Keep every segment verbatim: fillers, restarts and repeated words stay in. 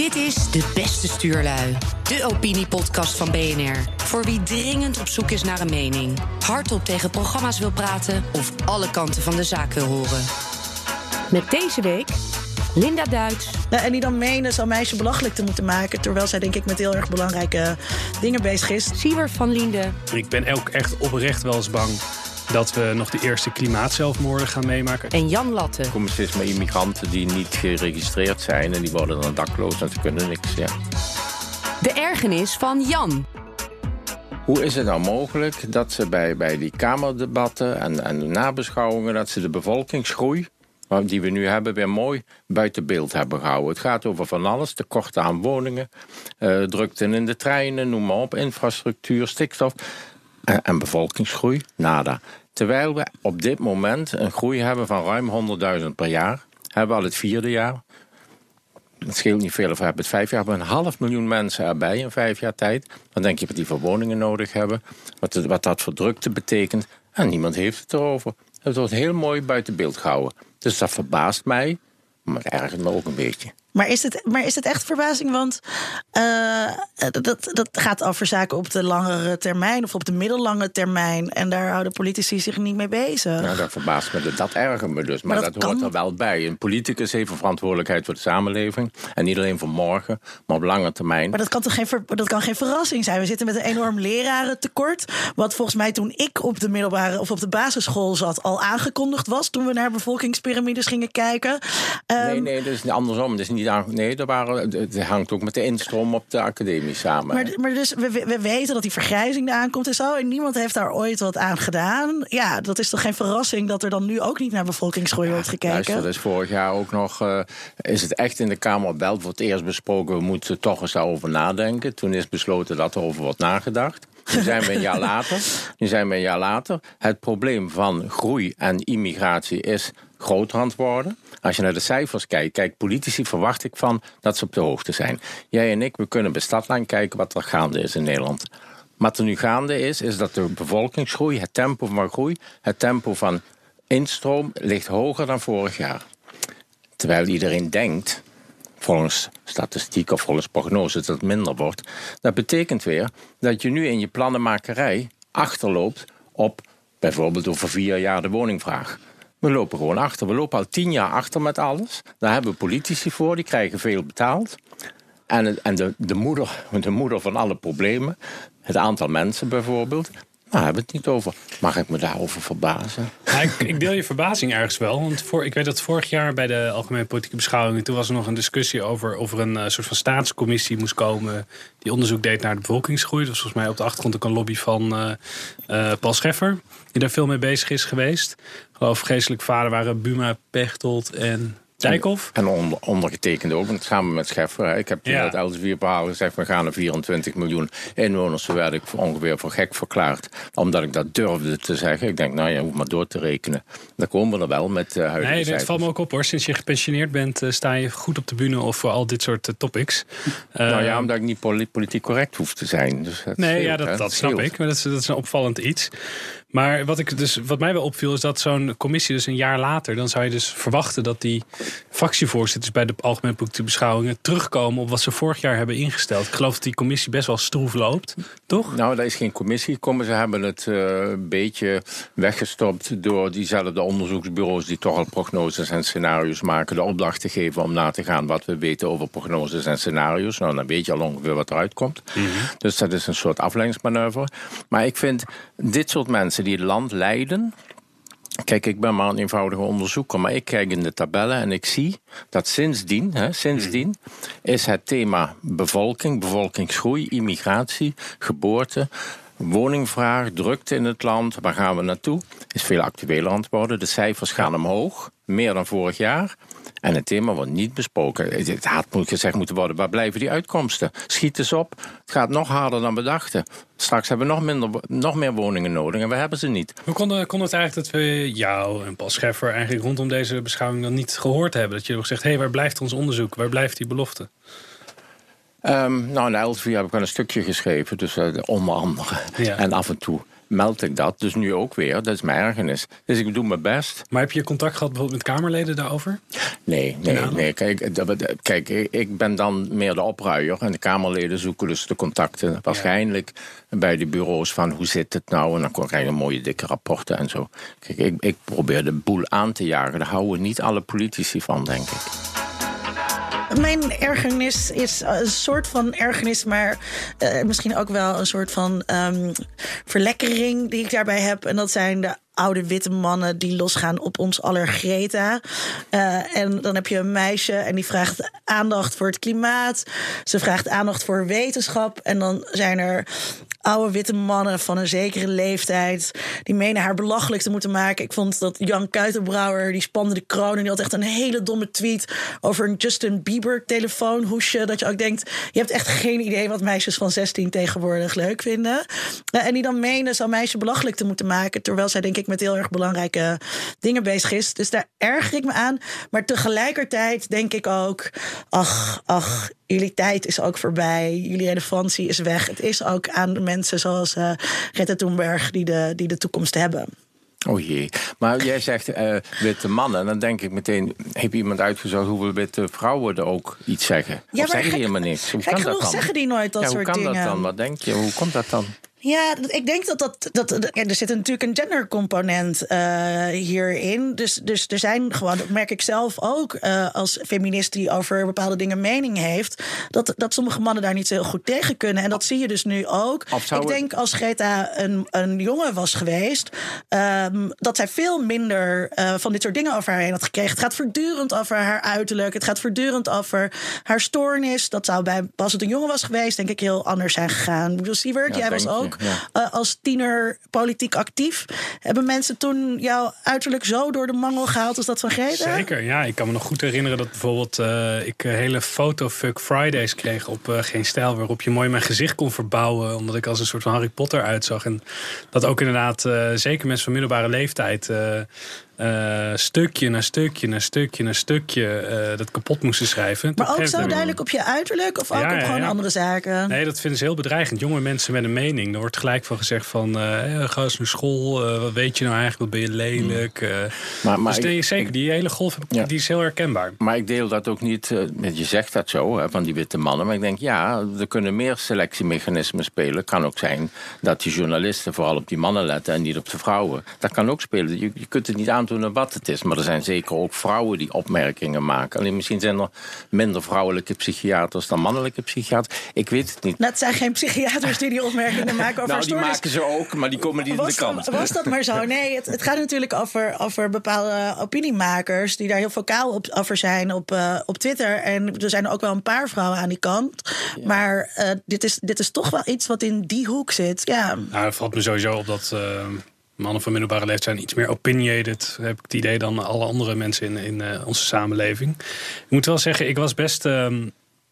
Dit is De Beste Stuurlui, de opiniepodcast van B N R. Voor wie dringend op zoek is naar een mening, hardop tegen programma's wil praten of alle kanten van de zaak wil horen. Met deze week Linda Duits. Nou, en die dan menen zo'n meisje belachelijk te moeten maken, terwijl zij denk ik met heel erg belangrijke dingen bezig is. Siewert van Liende. Ik ben ook echt oprecht wel eens bang dat we nog de eerste klimaatzelfmoorden gaan meemaken. En Jan Latte. Er komen steeds meer immigranten die niet geregistreerd zijn en die worden dan dakloos en ze kunnen niks. Ja. De ergernis van Jan. Hoe is het nou mogelijk dat ze bij, bij die Kamerdebatten en, en de nabeschouwingen, dat ze de bevolkingsgroei die we nu hebben weer mooi buiten beeld hebben gehouden? Het gaat over van alles, tekort aan woningen, uh, drukte in de treinen, noem maar op, infrastructuur, stikstof en, en bevolkingsgroei, nada. Terwijl we op dit moment een groei hebben van ruim honderdduizend per jaar, hebben we al het vierde jaar. Het scheelt niet veel of we hebben het vijf jaar. We hebben een half miljoen mensen erbij in vijf jaar tijd. Dan denk je wat die voor woningen nodig hebben, wat, het, wat dat voor drukte betekent. En niemand heeft het erover. Het wordt heel mooi buiten beeld gehouden. Dus dat verbaast mij, maar het ergert me ook een beetje. Maar is het, maar is het echt verbazing? Want uh, dat, dat gaat over zaken op de langere termijn of op de middellange termijn. En daar houden politici zich niet mee bezig. Nou, dat verbaast me. Dat ergert me dus. Maar, maar dat, dat hoort kan... er wel bij. Een politicus heeft een verantwoordelijkheid voor de samenleving. En niet alleen voor morgen, maar op lange termijn. Maar dat kan toch geen, ver, dat kan geen verrassing zijn? We zitten met een enorm lerarentekort. Wat volgens mij toen ik op de middelbare of op de basisschool zat al aangekondigd was. Toen we naar bevolkingspyramides gingen kijken. Um, nee, nee, dat is andersom. Dat is niet Nee, dat, waren, dat hangt ook met de instroom op de academie samen. Maar, maar dus we, we weten dat die vergrijzing eraan komt en zo. En niemand heeft daar ooit wat aan gedaan. Ja, dat is toch geen verrassing dat er dan nu ook niet naar bevolkingsgroei ja, wordt gekeken? Luister, dus vorig jaar ook nog uh, is het echt in de Kamer op Belt voor het eerst besproken. We moeten toch eens daarover nadenken. Toen is besloten dat er over wordt nagedacht. Nu zijn we een jaar later. Nu zijn we een jaar later. Het probleem van groei en immigratie is groter aan het worden. Als je naar de cijfers kijkt, kijk, politici verwacht ik van dat ze op de hoogte zijn. Jij en ik, we kunnen bij Stadlaan kijken wat er gaande is in Nederland. Wat er nu gaande is, is dat de bevolkingsgroei, het tempo van groei, het tempo van instroom ligt hoger dan vorig jaar. Terwijl iedereen denkt, volgens statistiek of volgens prognose, dat het minder wordt. Dat betekent weer dat je nu in je plannenmakerij achterloopt op bijvoorbeeld over vier jaar de woningvraag. We lopen gewoon achter. We lopen al tien jaar achter met alles. Daar hebben we politici voor, die krijgen veel betaald. En, het, en de, de, moeder, de moeder van alle problemen, het aantal mensen bijvoorbeeld, daar hebben we het niet over. Mag ik me daarover verbazen? Ja, ik, ik deel je verbazing ergens wel. Want voor, ik weet dat vorig jaar bij de Algemene Politieke Beschouwingen, toen was er nog een discussie over of er een uh, soort van staatscommissie moest komen die onderzoek deed naar de bevolkingsgroei. Dat was volgens mij op de achtergrond ook een lobby van uh, uh, Paul Scheffer, die daar veel mee bezig is geweest. Ik geloof vreselijk vader waren Buma, Pechtold en Dijkhoff. En onder, ondergetekend ook, want samen met Scheffer. Ik heb toen ja. het Elsevier-verhaal gezegd, we gaan naar vierentwintig miljoen inwoners. Toen werd ik ongeveer voor gek verklaard, omdat ik dat durfde te zeggen. Ik denk, nou je hoeft maar door te rekenen. Dan komen we er wel met uh, huidige Nee, dat cijfers. valt me ook op hoor. Sinds je gepensioneerd bent, uh, sta je goed op de bühne of voor al dit soort uh, topics. Uh, nou ja, omdat ik niet poli- politiek correct hoef te zijn. Dus dat nee, scheelt, ja, dat, dat snap ik. Maar dat is, dat is een opvallend iets. Maar wat, ik dus, wat mij wel opviel is dat zo'n commissie dus een jaar later, dan zou je dus verwachten dat die fractievoorzitters bij de Algemene Politieke Beschouwingen terugkomen op wat ze vorig jaar hebben ingesteld. Ik geloof dat die commissie best wel stroef loopt, toch? Nou, dat is geen commissie. Ze hebben het uh, een beetje weggestopt door diezelfde onderzoeksbureaus die toch al prognoses en scenario's maken, de opdracht te geven om na te gaan wat we weten over prognoses en scenario's. Nou, dan weet je al ongeveer wat eruit komt. Mm-hmm. Dus dat is een soort afleidingsmanoeuvre. Maar ik vind dit soort mensen die het land leiden. Kijk, ik ben maar een eenvoudige onderzoeker, maar ik kijk in de tabellen en ik zie dat sindsdien, hè, sindsdien is het thema bevolking, bevolkingsgroei, immigratie, geboorte, woningvraag, drukte in het land, waar gaan we naartoe, is veel actueler aan het worden. De cijfers gaan omhoog, meer dan vorig jaar. En het thema wordt niet besproken. Het had gezegd moeten worden, waar blijven die uitkomsten? Schiet eens op, het gaat nog harder dan we dachten. Straks hebben we nog, minder, nog meer woningen nodig en we hebben ze niet. Hoe kon, kon het eigenlijk dat we jou en Paul Scheffer eigenlijk rondom deze beschouwing dan niet gehoord hebben? Dat je nog zegt, hé, hey, waar blijft ons onderzoek? Waar blijft die belofte? Um, nou, in Elsevier heb ik wel een stukje geschreven, dus uh, onder andere. Ja. En af en toe meld ik dat. Dus nu ook weer. Dat is mijn ergernis. Dus ik doe mijn best. Maar heb je contact gehad bijvoorbeeld met Kamerleden daarover? Nee, nee, nee. Kijk, kijk, ik ben dan meer de opruier. En de Kamerleden zoeken dus de contacten. Waarschijnlijk ja. bij de bureaus van hoe zit het nou? En dan krijg je mooie dikke rapporten en zo. Kijk, ik, ik probeer de boel aan te jagen. Daar houden niet alle politici van, denk ik. Mijn ergernis is een soort van ergernis, maar uh, misschien ook wel een soort van um, verlekkering die ik daarbij heb. En dat zijn de oude witte mannen die losgaan op ons aller Greta. Uh, en dan heb je een meisje en die vraagt aandacht voor het klimaat. Ze vraagt aandacht voor wetenschap. En dan zijn er oude witte mannen van een zekere leeftijd die menen haar belachelijk te moeten maken. Ik vond dat Jan Kuitenbrouwer, die spande de kroon en die had echt een hele domme tweet over een Justin Bieber telefoonhoesje. Dat je ook denkt, je hebt echt geen idee wat meisjes van zestien tegenwoordig leuk vinden. Uh, en die dan menen zo'n meisje belachelijk te moeten maken, terwijl zij denk ik met heel erg belangrijke dingen bezig is. Dus daar erger ik me aan. Maar tegelijkertijd denk ik ook, ach, ach, jullie tijd is ook voorbij. Jullie relevantie is weg. Het is ook aan de mensen zoals uh, Greta Thunberg die de, die de toekomst hebben. Oh jee. Maar jij zegt uh, witte mannen. Dan denk ik meteen, heb iemand uitgezocht hoeveel witte vrouwen er ook iets zeggen? Ja, of zeggen die helemaal niks? Hoe kan dat dan? Zeggen die nooit dat ja, soort dingen? Hoe kan dat dan? Wat denk je? Hoe komt dat dan? Ja, ik denk dat dat. dat ja, er zit natuurlijk een gendercomponent uh, hierin. Dus, dus er zijn gewoon, dat merk ik zelf ook uh, als feminist die over bepaalde dingen mening heeft, dat, dat sommige mannen daar niet zo heel goed tegen kunnen. En dat zie je dus nu ook. Ik denk als Greta een, een jongen was geweest, um, dat zij veel minder uh, van dit soort dingen over haar heen had gekregen. Het gaat voortdurend over haar uiterlijk. Het gaat voortdurend over haar stoornis. Dat zou bij, als het een jongen was geweest, denk ik heel anders zijn gegaan. Ik bedoel, Siewert, ja, jij was ook Ja. Uh, als tiener politiek actief. Hebben mensen toen jouw uiterlijk zo door de mangel gehaald als dat van Greta? Zeker, ja. Ik kan me nog goed herinneren dat bijvoorbeeld uh, ik uh, hele fotofuck Fridays kreeg op uh, Geen Stijl, waarop je mooi mijn gezicht kon verbouwen, omdat ik als een soort van Harry Potter uitzag. En dat ook inderdaad uh, zeker mensen van middelbare leeftijd Uh, Uh, stukje na stukje na stukje na stukje uh, dat kapot moesten schrijven. Maar ook zo duidelijk op je uiterlijk of ook ja, op gewoon ja, ja. andere zaken? Nee, dat vinden ze heel bedreigend. Jonge mensen met een mening. Er wordt gelijk van gezegd van uh, ga eens naar school. Uh, wat weet je nou eigenlijk? Wat ben je lelijk? Uh, maar, maar dus ik, zeker, die hele golf ja. die is heel herkenbaar. Maar ik deel dat ook niet. Uh, je zegt dat zo, hè, van die witte mannen. Maar ik denk, ja, er kunnen meer selectiemechanismen spelen. Het kan ook zijn dat die journalisten vooral op die mannen letten en niet op de vrouwen. Dat kan ook spelen. Je, je kunt het niet aan wat het is. Maar er zijn zeker ook vrouwen die opmerkingen maken. Alleen misschien zijn er minder vrouwelijke psychiaters dan mannelijke psychiaters. Ik weet het niet. Dat zijn geen psychiaters die die opmerkingen maken over nou, die stoornis. maken ze ook, maar die komen niet was in de krant. Dat, was dat maar zo? Nee, het, het gaat natuurlijk over, over bepaalde opiniemakers die daar heel vocaal op, over zijn op, uh, op Twitter. En er zijn ook wel een paar vrouwen aan die kant. Ja. Maar uh, dit, is, dit is toch wel iets wat in die hoek zit. Ja. Nou, het valt me sowieso op dat Uh... mannen van middelbare leeftijd zijn iets meer opinionated, heb ik het idee, dan alle andere mensen in, in uh, onze samenleving. Ik moet wel zeggen, ik was best Um,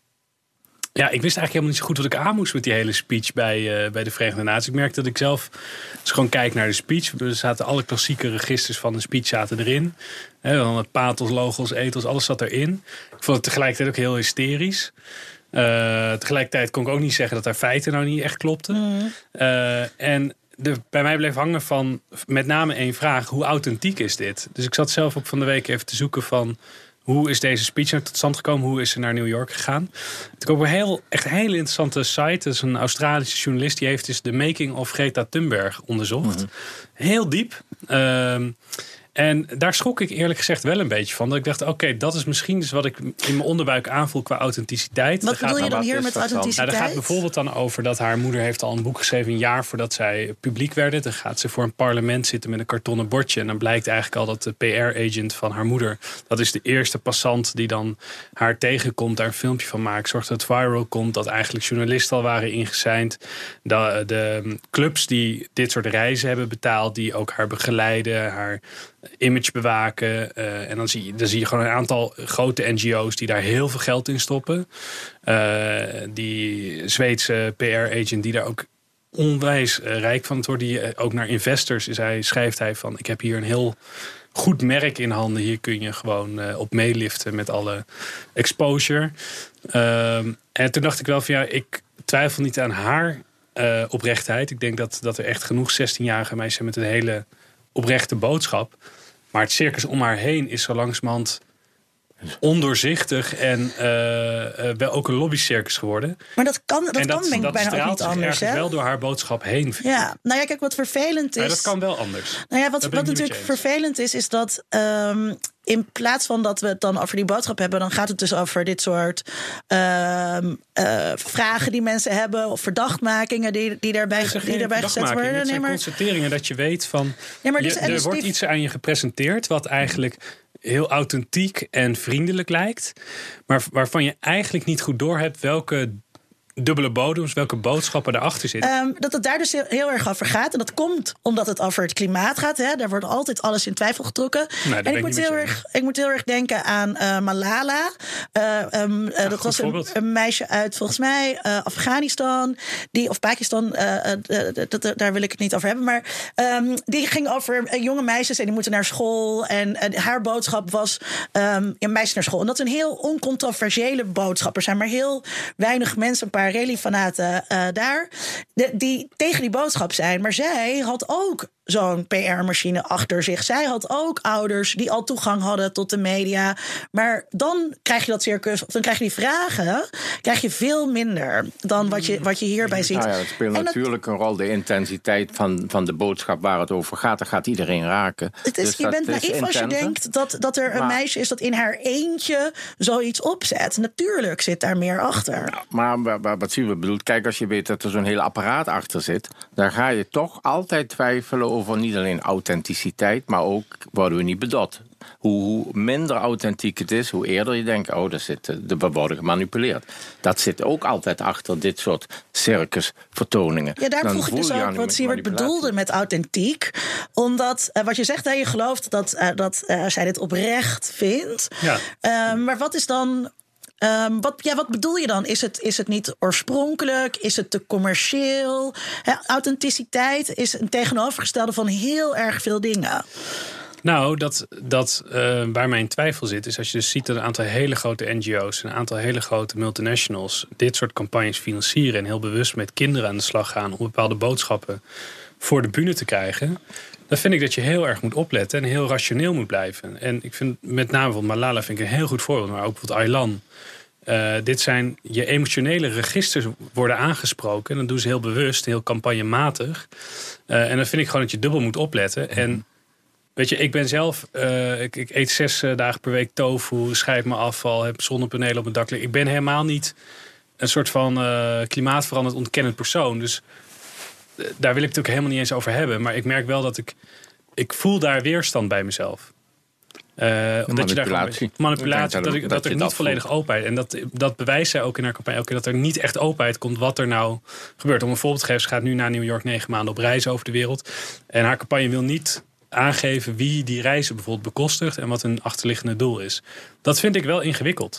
ja, ik wist eigenlijk helemaal niet zo goed wat ik aan moest met die hele speech bij, uh, bij de Verenigde Naties. Ik merkte dat ik zelf, als ik gewoon kijk naar de speech, er zaten alle klassieke registers van de speech zaten erin. He, dan het pathos, logos, ethos, alles zat erin. Ik vond het tegelijkertijd ook heel hysterisch. Uh, tegelijkertijd kon ik ook niet zeggen dat haar feiten nou niet echt klopten. Mm. Uh, en De, bij mij bleef hangen van met name één vraag: hoe authentiek is dit? Dus ik zat zelf ook van de week even te zoeken van hoe is deze speech nou tot stand gekomen? Hoe is ze naar New York gegaan? Ik heb ook een heel, echt een hele interessante site. Dat is een Australische journalist die heeft dus de making of Greta Thunberg onderzocht. Mm-hmm. Heel diep. Um, En daar schrok ik eerlijk gezegd wel een beetje van. Dat ik dacht, oké, okay, dat is misschien dus wat ik in mijn onderbuik aanvoel qua authenticiteit. Wat bedoel je dan hier met authenticiteit? Nou, dat gaat bijvoorbeeld dan over dat haar moeder heeft al een boek geschreven een jaar voordat zij publiek werden. Dan gaat ze voor een parlement zitten met een kartonnen bordje. En dan blijkt eigenlijk al dat de P R-agent van haar moeder, dat is de eerste passant die dan haar tegenkomt, daar een filmpje van maakt. Zorgt dat het viral komt, dat eigenlijk journalisten al waren ingeseind. De, de clubs die dit soort reizen hebben betaald, die ook haar begeleiden, haar image bewaken. Uh, en dan zie, je, dan zie je gewoon een aantal grote N G O's die daar heel veel geld in stoppen. Uh, die Zweedse P R-agent die daar ook onwijs uh, rijk van het wordt. Die uh, ook naar investors is hij, schrijft hij van, ik heb hier een heel goed merk in handen. Hier kun je gewoon uh, op meeliften met alle exposure. Uh, en toen dacht ik wel van ja, ik twijfel niet aan haar uh, oprechtheid. Ik denk dat, dat er echt genoeg zestienjarige meisjes zijn met een hele oprechte boodschap. Maar het circus om haar heen is zo langzamerhand ondoorzichtig en uh, uh, wel ook een lobbycircus geworden. Maar dat kan, dat en kan denk ik bijna ook niet anders. Dat wel door haar boodschap heen. Ja, nou ja, kijk, wat vervelend is. Maar dat kan wel anders. Nou ja, wat, wat natuurlijk vervelend is, is dat um, in plaats van dat we het dan over die boodschap hebben, dan gaat het dus over dit soort uh, uh, vragen die mensen hebben of verdachtmakingen die, die daarbij, die daarbij gezet worden. Het zijn nee, maar... constateringen dat je weet van. Ja, maar dus, je, er dus wordt die... iets aan je gepresenteerd wat eigenlijk heel authentiek en vriendelijk lijkt, maar waarvan je eigenlijk niet goed doorhebt welke dubbele bodems, welke boodschappen erachter zitten. Um, dat het daar dus heel, heel erg over gaat. En dat komt omdat het over het klimaat gaat. Hè. Daar wordt altijd alles in twijfel getrokken. Nou, en ik moet, heel erg, ik moet heel erg denken aan uh, Malala. Uh, um, uh, ja, dat was een, een meisje uit, volgens mij, uh, Afghanistan. Die, of Pakistan, uh, uh, uh, dat, uh, daar wil ik het niet over hebben. Maar um, die ging over uh, jonge meisjes en die moeten naar school. En uh, haar boodschap was um, ja, meisjes naar school. En dat is een heel oncontroversiële boodschap. Er zijn maar heel weinig mensen, een paar rallyfanaten uh, daar, de, die tegen die boodschap zijn. Maar zij had ook zo'n P R-machine achter zich. Zij had ook ouders die al toegang hadden tot de media. Maar dan krijg je dat circus, of dan krijg je die vragen, krijg je veel minder dan wat je, wat je hierbij ziet. Nou ja, het speelt en natuurlijk dat, een rol, de intensiteit van, van de boodschap waar het over gaat. Dat gaat iedereen raken. Het is, dus je bent naïef als je denkt dat, dat er een maar, meisje is dat in haar eentje zoiets opzet. Natuurlijk zit daar meer achter. Nou, maar, maar wat Siewert bedoelt, kijk, als je weet dat er zo'n heel apparaat achter zit, dan ga je toch altijd twijfelen over niet alleen authenticiteit, maar ook worden we niet bedot. Hoe, hoe minder authentiek het is, hoe eerder je denkt, oh, daar zit, de, we worden gemanipuleerd. Dat zit ook altijd achter dit soort circusvertoningen. Ja, daar vroeg ik dus ook wat Siewert bedoelde met authentiek. Omdat, uh, wat je zegt, hè, je gelooft dat, uh, dat uh, zij dit oprecht vindt. Ja. Uh, maar wat is dan... Um, wat, ja, wat bedoel je dan? Is het, is het niet oorspronkelijk? Is het te commercieel? He, authenticiteit is een tegenovergestelde van heel erg veel dingen. Nou, dat, dat uh, waar mij in twijfel zit, is als je dus ziet dat een aantal hele grote N G O's, een aantal hele grote multinationals dit soort campagnes financieren en heel bewust met kinderen aan de slag gaan om bepaalde boodschappen voor de bühne te krijgen. Dan vind ik dat je heel erg moet opletten en heel rationeel moet blijven. En ik vind met name van Malala vind ik een heel goed voorbeeld, maar ook bijvoorbeeld Aylan. Uh, dit zijn je emotionele registers worden aangesproken. En dat doen ze heel bewust, heel campagnematig. Uh, en dan vind ik gewoon dat je dubbel moet opletten. En weet je, ik ben zelf, uh, ik, ik eet zes uh, dagen per week tofu, schrijf mijn afval, heb zonnepanelen op mijn dak liggen. Ik ben helemaal niet een soort van uh, klimaatveranderd ontkennend persoon. Dus uh, daar wil ik het ook helemaal niet eens over hebben. Maar ik merk wel dat ik, ik voel daar weerstand bij mezelf. Uh, omdat je daar manipulatie, manipulatie dat, ik, dat, dat er niet dat volledig openheid. En dat, dat bewijst zij ook in haar campagne elke keer, dat er niet echt openheid komt wat er nou gebeurt. Om een voorbeeld te geven, ze gaat nu naar New York negen maanden op reis over de wereld. En haar campagne wil niet aangeven wie die reizen bijvoorbeeld bekostigt en wat hun achterliggende doel is. Dat vind ik wel ingewikkeld.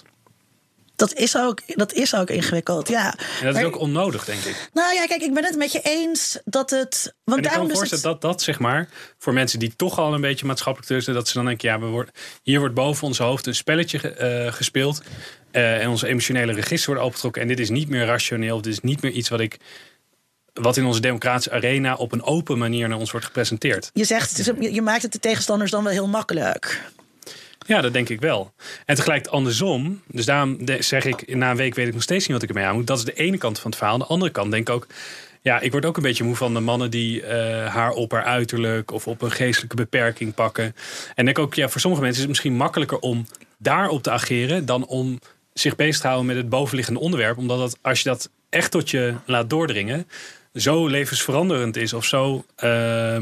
Dat is ook, dat is ook ingewikkeld, ja. En dat maar, is ook onnodig, denk ik. Nou ja, kijk, ik ben het met je eens dat het... Want en ik kan me voorstellen het... dat dat, zeg maar, voor mensen die toch al een beetje maatschappelijk tussen, dat ze dan denken, ja, we worden, hier wordt boven ons hoofd een spelletje uh, gespeeld. Uh, en onze emotionele registers worden opengetrokken. En dit is niet meer rationeel. Dit is niet meer iets wat ik... wat in onze democratische arena op een open manier naar ons wordt gepresenteerd. Je zegt, je maakt het de tegenstanders dan wel heel makkelijk. Ja, dat denk ik wel. En tegelijk andersom, dus daarom zeg ik, na een week weet ik nog steeds niet wat ik ermee aan moet. Dat is de ene kant van het verhaal. Aan de andere kant denk ik ook, ja, ik word ook een beetje moe van de mannen die uh, haar op haar uiterlijk of op een geestelijke beperking pakken. En denk ook, ja, voor sommige mensen is het misschien makkelijker om daarop te ageren dan om zich bezig te houden met het bovenliggende onderwerp. Omdat dat, als je dat echt tot je laat doordringen, zo levensveranderend is of zo uh,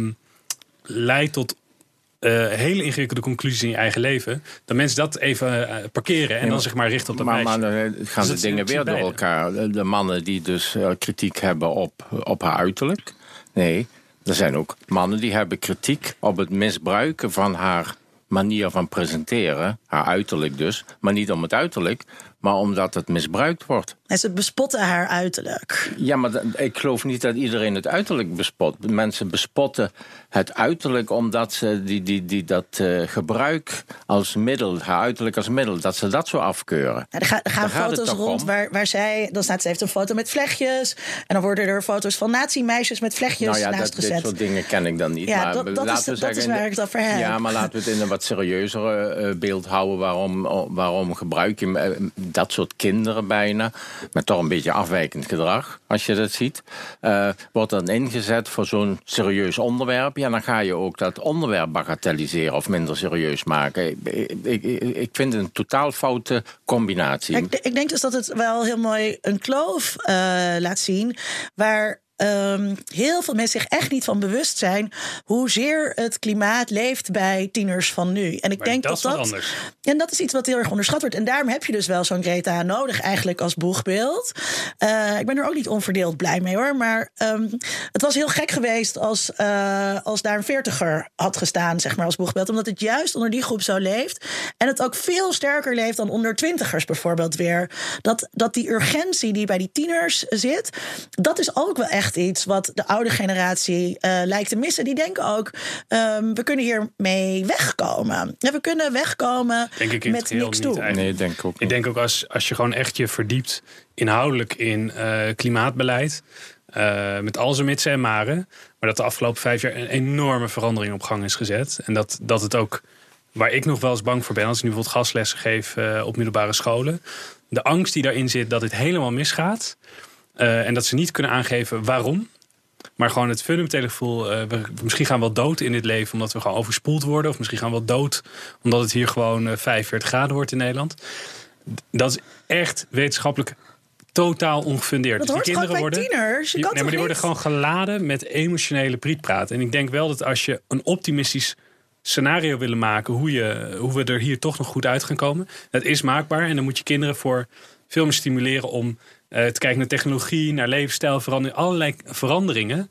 leidt tot Uh, hele ingewikkelde conclusies in je eigen leven, dat mensen dat even uh, parkeren en ja, dan zeg maar richten op dat maar, meisje. Maar dan gaan dus de dingen weer door elkaar. De mannen die dus uh, kritiek hebben op, op haar uiterlijk. Nee, er zijn ook mannen die hebben kritiek op het misbruiken van haar manier van presenteren, haar uiterlijk dus. Maar niet om het uiterlijk, maar omdat het misbruikt wordt. En ze bespotten haar uiterlijk. Ja, maar d- ik geloof niet dat iedereen het uiterlijk bespot. Mensen bespotten het uiterlijk omdat ze die, die, die, dat uh, gebruik als middel, haar uiterlijk als middel, dat ze dat zo afkeuren. Ja, er, ga, er gaan foto's rond waar, waar zij, dan staat ze heeft een foto met vlechtjes. En dan worden er foto's van nazi-meisjes met vlechtjes nou ja, naast dat, gezet. Dit soort dingen ken ik dan niet. Ja, maar dat, dat, laten is, we dat zeggen, is waar ik het over heb. Ja, maar laten we het in een wat serieuzere uh, beeld houden. Waarom, waarom gebruik je uh, dat soort kinderen bijna, met toch een beetje afwijkend gedrag, als je dat ziet, uh, wordt dan ingezet voor zo'n serieus onderwerp. Ja, dan ga je ook dat onderwerp bagatelliseren of minder serieus maken. Ik, ik, ik, ik vind het een totaal foute combinatie. Ik, ik denk dus dat het wel heel mooi een kloof uh, laat zien waar Um, heel veel mensen zich echt niet van bewust zijn hoezeer het klimaat leeft bij tieners van nu. En ik maar denk dat, dat dat dat. En dat is iets wat heel erg onderschat wordt. En daarom heb je dus wel zo'n Greta nodig, eigenlijk als boegbeeld. Uh, ik ben er ook niet onverdeeld blij mee hoor. Maar um, het was heel gek geweest als, uh, als daar een veertiger had gestaan, zeg maar, als boegbeeld. Omdat het juist onder die groep zo leeft. En het ook veel sterker leeft dan onder twintigers bijvoorbeeld weer. Dat, dat die urgentie die bij die tieners zit, dat is ook wel echt iets wat de oude generatie uh, lijkt te missen. Die denken ook, um, we kunnen hiermee wegkomen. Ja, we kunnen wegkomen denk ik in met niks doen. Nee, denk ik ook niet. Ik denk ook als, als je gewoon echt je verdiept inhoudelijk in uh, klimaatbeleid, uh, met al zijn mitsen en maren, maar dat de afgelopen vijf jaar een enorme verandering op gang is gezet. En dat, dat het ook, waar ik nog wel eens bang voor ben, als ik nu bijvoorbeeld gastlessen geef uh, op middelbare scholen, de angst die daarin zit dat dit helemaal misgaat. Uh, en dat ze niet kunnen aangeven waarom. Maar gewoon het fundamentele gevoel, Uh, we, misschien gaan we wel dood in dit leven omdat we gewoon overspoeld worden. Of misschien gaan we wel dood omdat het hier gewoon uh, vijfenveertig graden wordt in Nederland. Dat is echt wetenschappelijk totaal ongefundeerd. Dat dus hoort die kinderen gewoon bij worden, tieners. Je die, kan nee, maar die niet? worden gewoon geladen met emotionele prietpraat. En ik denk wel dat als je een optimistisch scenario willen maken hoe, je, hoe we er hier toch nog goed uit gaan komen, dat is maakbaar. En dan moet je kinderen voor veel meer stimuleren om Uh, te kijken naar technologie, naar levensstijlverandering, allerlei veranderingen.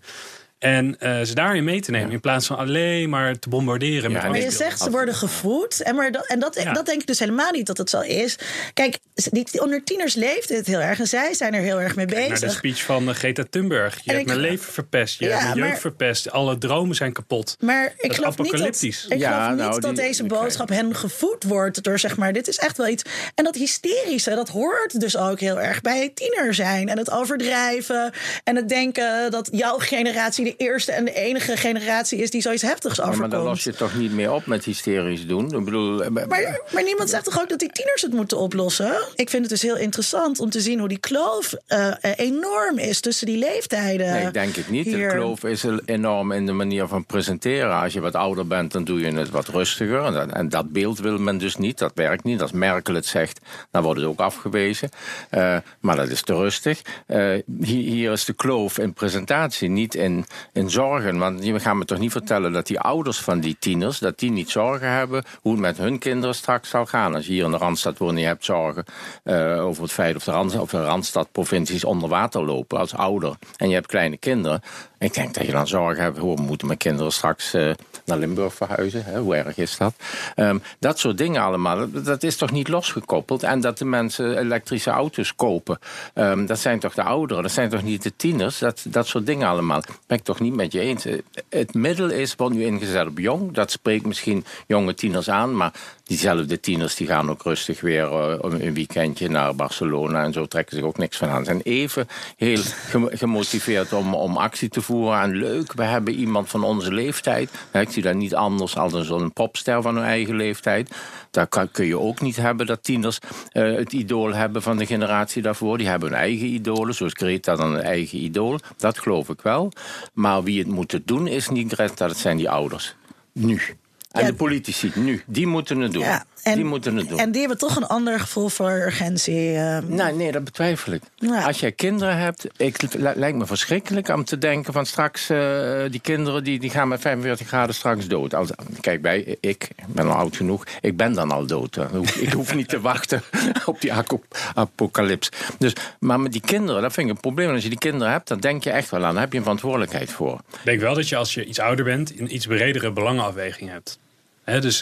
En uh, ze daarin mee te nemen. Ja. In plaats van alleen maar te bombarderen. Ja, met maar je zegt ze worden gevoed. En, maar dat, en dat, ja. dat denk ik dus helemaal niet dat het zo is. Kijk, die, onder tieners leeft het heel erg. En zij zijn er heel erg mee bezig. Naar de speech van uh, Greta Thunberg. Je en hebt ik, mijn leven verpest. Je ja, hebt mijn jeugd maar, verpest. Alle dromen zijn kapot. Maar ik geloof niet dat, ik ja, geloof nou, niet dat die, deze boodschap krijg. hen gevoed wordt. Door zeg maar, dit is echt wel iets. En dat hysterische, dat hoort dus ook heel erg bij tiener zijn. En het overdrijven. En het denken dat jouw generatie de eerste en de enige generatie is die zoiets heftigs overkomt. Ja, maar dan los je toch niet meer op met hysterisch doen? Ik bedoel, maar, maar niemand zegt toch ook dat die tieners het moeten oplossen? Ik vind het dus heel interessant om te zien hoe die kloof uh, enorm is tussen die leeftijden. Nee, denk ik niet. Hier. De kloof is enorm in de manier van presenteren. Als je wat ouder bent, dan doe je het wat rustiger. En dat, en dat beeld wil men dus niet. Dat werkt niet. Als Merkel het zegt, dan wordt het ook afgewezen. Uh, maar dat is te rustig. Uh, hier, hier is de kloof in presentatie, niet in, in zorgen. Want je gaat me toch niet vertellen dat die ouders van die tieners, dat die niet zorgen hebben hoe het met hun kinderen straks zal gaan. Als je hier in de Randstad woont en je hebt zorgen uh, over het feit of de, Rand, of de Randstadprovincies onder water lopen als ouder. En je hebt kleine kinderen. Ik denk dat je dan zorgen hebt, hoe moeten mijn kinderen straks uh, naar Limburg verhuizen? Hè? Hoe erg is dat? Um, dat soort dingen allemaal, dat, dat is toch niet losgekoppeld? En dat de mensen elektrische auto's kopen, um, dat zijn toch de ouderen? Dat zijn toch niet de tieners? Dat, dat soort dingen allemaal. Dat ben ik toch niet met je eens. Het middel is, wordt nu ingezet op jong. Dat spreekt misschien jonge tieners aan, maar diezelfde tieners die gaan ook rustig weer uh, een weekendje naar Barcelona en zo trekken zich ook niks van aan. Ze zijn even heel gemotiveerd om, om actie te voeren. En leuk, we hebben iemand van onze leeftijd. Ik zie dat niet anders dan zo'n popster van hun eigen leeftijd. Daar kan, kun je ook niet hebben dat tieners uh, het idool hebben van de generatie daarvoor. Die hebben hun eigen idolen, zoals Greta dan een eigen idool. Dat geloof ik wel. Maar wie het moet doen is niet Greta, dat zijn die ouders. Nu. En ja, de politici, nu. Die moeten het doen. Ja, en, die moeten het doen. En die hebben toch een ander gevoel voor urgentie. Uh... Nee, nee, dat betwijfel ik. Ja. Als jij kinderen hebt, ik, het lijkt me verschrikkelijk om te denken van straks, uh, die kinderen die, die gaan met vijfenveertig graden straks dood. Als, kijk, bij, ik ben al oud genoeg, ik ben dan al dood. Ik hoef niet te wachten op die apocalyps. Dus, maar met die kinderen, dat vind ik een probleem. Als je die kinderen hebt, dan denk je echt wel aan, daar heb je een verantwoordelijkheid voor. Ik denk wel dat je als je iets ouder bent, een iets bredere belangenafweging hebt. He, dus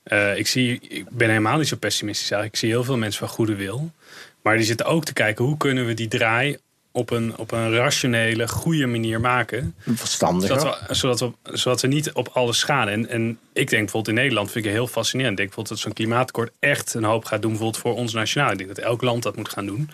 Uh, ik, zie, ik ben helemaal niet zo pessimistisch eigenlijk. Ik zie heel veel mensen van goede wil. Maar die zitten ook te kijken, hoe kunnen we die draai op een, op een rationele, goede manier maken. Verstandig. Zodat we, zodat we, zodat we niet op alles schaden. En, en ik denk bijvoorbeeld in Nederland, vind ik heel fascinerend. Ik denk bijvoorbeeld dat zo'n klimaatakkoord echt een hoop gaat doen, bijvoorbeeld voor ons nationaal. Ik denk dat elk land dat moet gaan doen.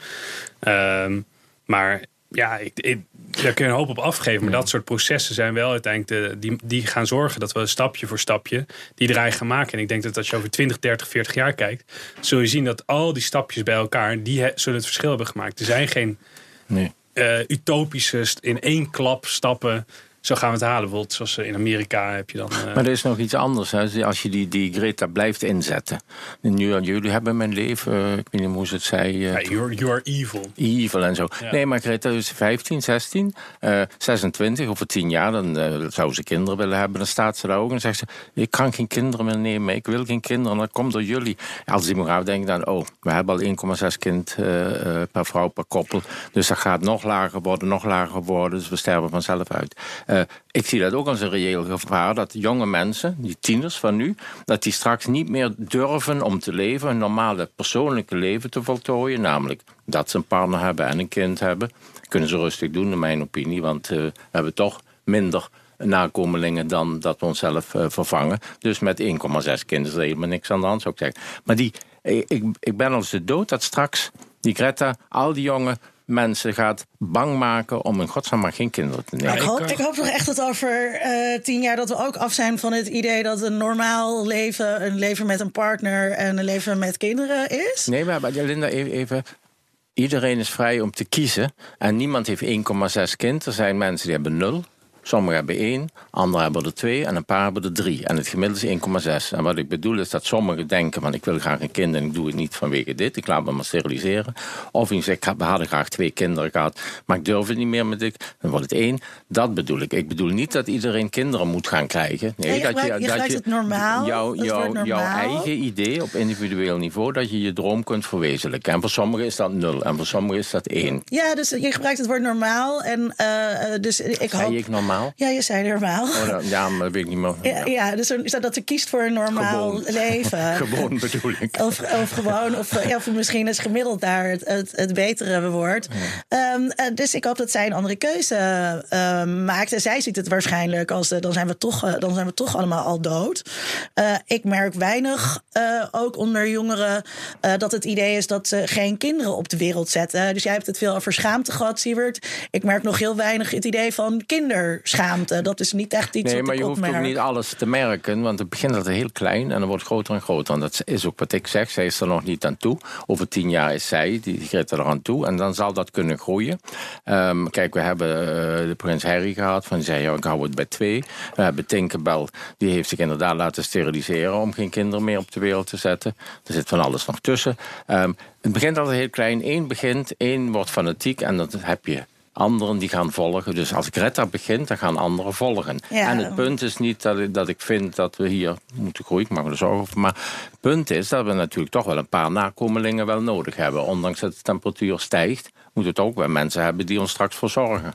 Um, maar ja, ik, ik, daar kun je een hoop op afgeven. Maar dat soort processen zijn wel uiteindelijk de, die, die gaan zorgen dat we stapje voor stapje die draai gaan maken. En ik denk dat als je over twintig, dertig, veertig jaar kijkt, zul je zien dat al die stapjes bij elkaar, die he, zullen het verschil hebben gemaakt. Er zijn geen nee. uh, utopische in één klap stappen. Zo gaan we het halen. Bijvoorbeeld zoals in Amerika heb je dan... Uh... Maar er is nog iets anders. Hè. Als je die, die Greta blijft inzetten. Nu, jullie hebben mijn leven... Uh, ik weet niet hoe ze het zei. Uh, ja, you're, you're evil. Evil en zo. Ja. Nee, maar Greta is vijftien, zestien, uh, zesentwintig. Over tien jaar dan uh, zou ze kinderen willen hebben. Dan staat ze daar ook en zegt ze... Ik kan geen kinderen meer nemen. Ik wil geen kinderen. Dat komt door jullie. Als die mevrouw denkt dan... Oh, we hebben al één komma zes kind uh, uh, per vrouw, per koppel. Dus dat gaat nog lager worden, nog lager worden. Dus we sterven vanzelf uit. Uh, ik zie dat ook als een reëel gevaar, dat jonge mensen, die tieners van nu, dat die straks niet meer durven om te leven, een normale persoonlijke leven te voltooien, namelijk dat ze een partner hebben en een kind hebben. Kunnen ze rustig doen, in mijn opinie, want uh, we hebben toch minder nakomelingen dan dat we onszelf uh, vervangen. Dus met één komma zes kinderen is er helemaal niks aan de hand, zou ik zeggen. Maar die, ik, ik ben als de dood dat straks die Greta, al die jonge mensen gaat bang maken om in godsnaam maar geen kinderen te nemen. Ik hoop, ik hoop toch echt dat over uh, tien jaar dat we ook af zijn van het idee dat een normaal leven, een leven met een partner en een leven met kinderen is. Nee, maar Linda, even, even. Iedereen is vrij om te kiezen en niemand heeft één komma zes kind. Er zijn mensen die hebben nul. Sommigen hebben één, anderen hebben er twee en een paar hebben er drie. En het gemiddelde is één komma zes. En wat ik bedoel is dat sommigen denken van ik wil graag een kind en ik doe het niet vanwege dit. Ik laat me maar steriliseren. Of je zegt, we hadden graag twee kinderen gehad, maar ik durf het niet meer met ik. Dan wordt het één. Dat bedoel ik. Ik bedoel niet dat iedereen kinderen moet gaan krijgen. Nee, ja, je dat gebruikt, je, je dat je het normaal. Jouw, het jouw, normaal. jouw eigen idee op individueel niveau, dat je je droom kunt verwezenlijken. En voor sommigen is dat nul en voor sommigen is dat één. Ja, dus je gebruikt het woord normaal. En, uh, dus ik zei hoop... ik normaal? Ja, je zei normaal. Oh, dat, ja, maar dat weet ik niet meer. Ja, ja. ja dus is dat, dat ze kiest voor een normaal gewoon. leven. Gewoon bedoel ik. Of, of gewoon, of, ja, of misschien is gemiddeld daar het, het, het betere woord. Ja. Um, uh, dus ik hoop dat zij een andere keuze uh, maakt. En zij ziet het waarschijnlijk als uh, dan, zijn we toch, uh, dan zijn we toch allemaal al dood. Uh, ik merk weinig, uh, ook onder jongeren, uh, dat het idee is dat ze geen kinderen op de wereld zetten. Dus jij hebt het veel over schaamte gehad, Siewert. Ik merk nog heel weinig het idee van kinderschaamte. Dat is niet echt iets nee, wat maar ik je hoeft opmerk. ook niet alles te merken, want het begint altijd heel klein en dan wordt groter en groter. En dat is ook wat ik zeg, zij is er nog niet aan toe. Over tien jaar is zij, die gaat er aan toe en dan zal dat kunnen groeien. Um, kijk, we hebben uh, de prins Harry gehad, van die zei, ja, ik hou het bij twee. We hebben Tinkerbell, die heeft zich inderdaad laten steriliseren om geen kinderen meer op de wereld te zetten. Er zit van alles nog tussen. Um, het begint altijd heel klein. Eén begint, één wordt fanatiek en dat heb je. Anderen die gaan volgen. Dus als Greta begint, dan gaan anderen volgen. Ja. En het punt is niet dat ik, dat ik vind dat we hier moeten groeien. Ik mag me er zorgen over. Maar het punt is dat we natuurlijk toch wel een paar nakomelingen wel nodig hebben. Ondanks dat de temperatuur stijgt, moeten we het ook wel mensen hebben die ons straks verzorgen.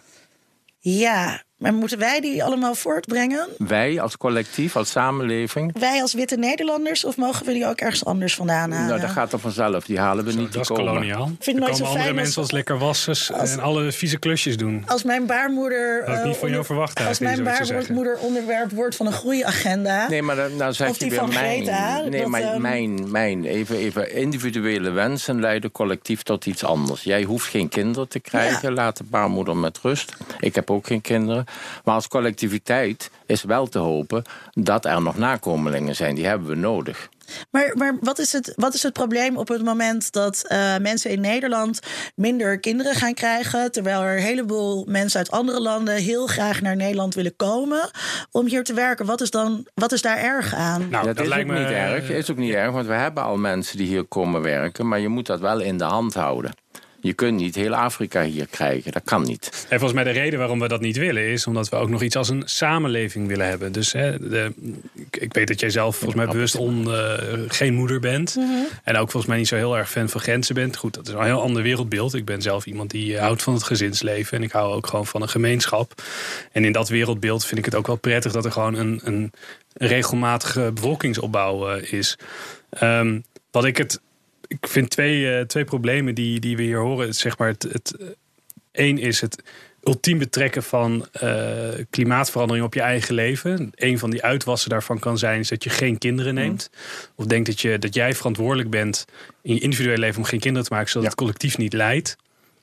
Ja, maar moeten wij die allemaal voortbrengen? Wij als collectief, als samenleving. Wij als witte Nederlanders, of mogen we die ook ergens anders vandaan halen? Nou, dat gaat er vanzelf. Die halen we Zo, niet. dat is komen. koloniaal. Ik vind er het komen nooit zo andere fijn mensen als, als lekker wassers als, en alle vieze klusjes doen. Als mijn baarmoeder... Dat had ik niet van jou onder, verwacht. Als mijn baarmoeder onderwerp wordt van een groeiagenda. Nee, maar dan, nou zeg of die je weer van mijn. Greta, nee, dat, maar um, mijn, mijn. Even, even individuele wensen leiden collectief tot iets anders. Jij hoeft geen kinderen te krijgen. Ja. Laat de baarmoeder met rust. Ik heb ook geen kinderen. Maar als collectiviteit is wel te hopen dat er nog nakomelingen zijn. Die hebben we nodig. Maar, maar wat, is het, wat is het probleem op het moment dat uh, mensen in Nederland minder kinderen gaan krijgen, terwijl er een heleboel mensen uit andere landen heel graag naar Nederland willen komen om hier te werken? Wat is, dan, wat is daar erg aan? dat, Nou, dat is lijkt ook me niet erg. is ook niet erg, want we hebben al mensen die hier komen werken, maar je moet dat wel in de hand houden. Je kunt niet heel Afrika hier krijgen. Dat kan niet. En volgens mij de reden waarom we dat niet willen is omdat we ook nog iets als een samenleving willen hebben. Dus hè, de, ik, ik weet dat jij zelf volgens mij bewust on, uh, geen moeder bent. Mm-hmm. En ook volgens mij niet zo heel erg fan van grenzen bent. Goed, dat is een heel ander wereldbeeld. Ik ben zelf iemand die houdt van het gezinsleven. En ik hou ook gewoon van een gemeenschap. En in dat wereldbeeld vind ik het ook wel prettig dat er gewoon een, een regelmatige bevolkingsopbouw uh, is. Um, wat ik het... Ik vind twee, uh, twee problemen die, die we hier horen. Zeg maar het, het, één is het ultiem betrekken van uh, klimaatverandering op je eigen leven. Een van die uitwassen daarvan kan zijn is dat je geen kinderen neemt. Mm. Of denkt dat, je, dat jij verantwoordelijk bent in je individuele leven om geen kinderen te maken, zodat ja. het collectief niet leidt.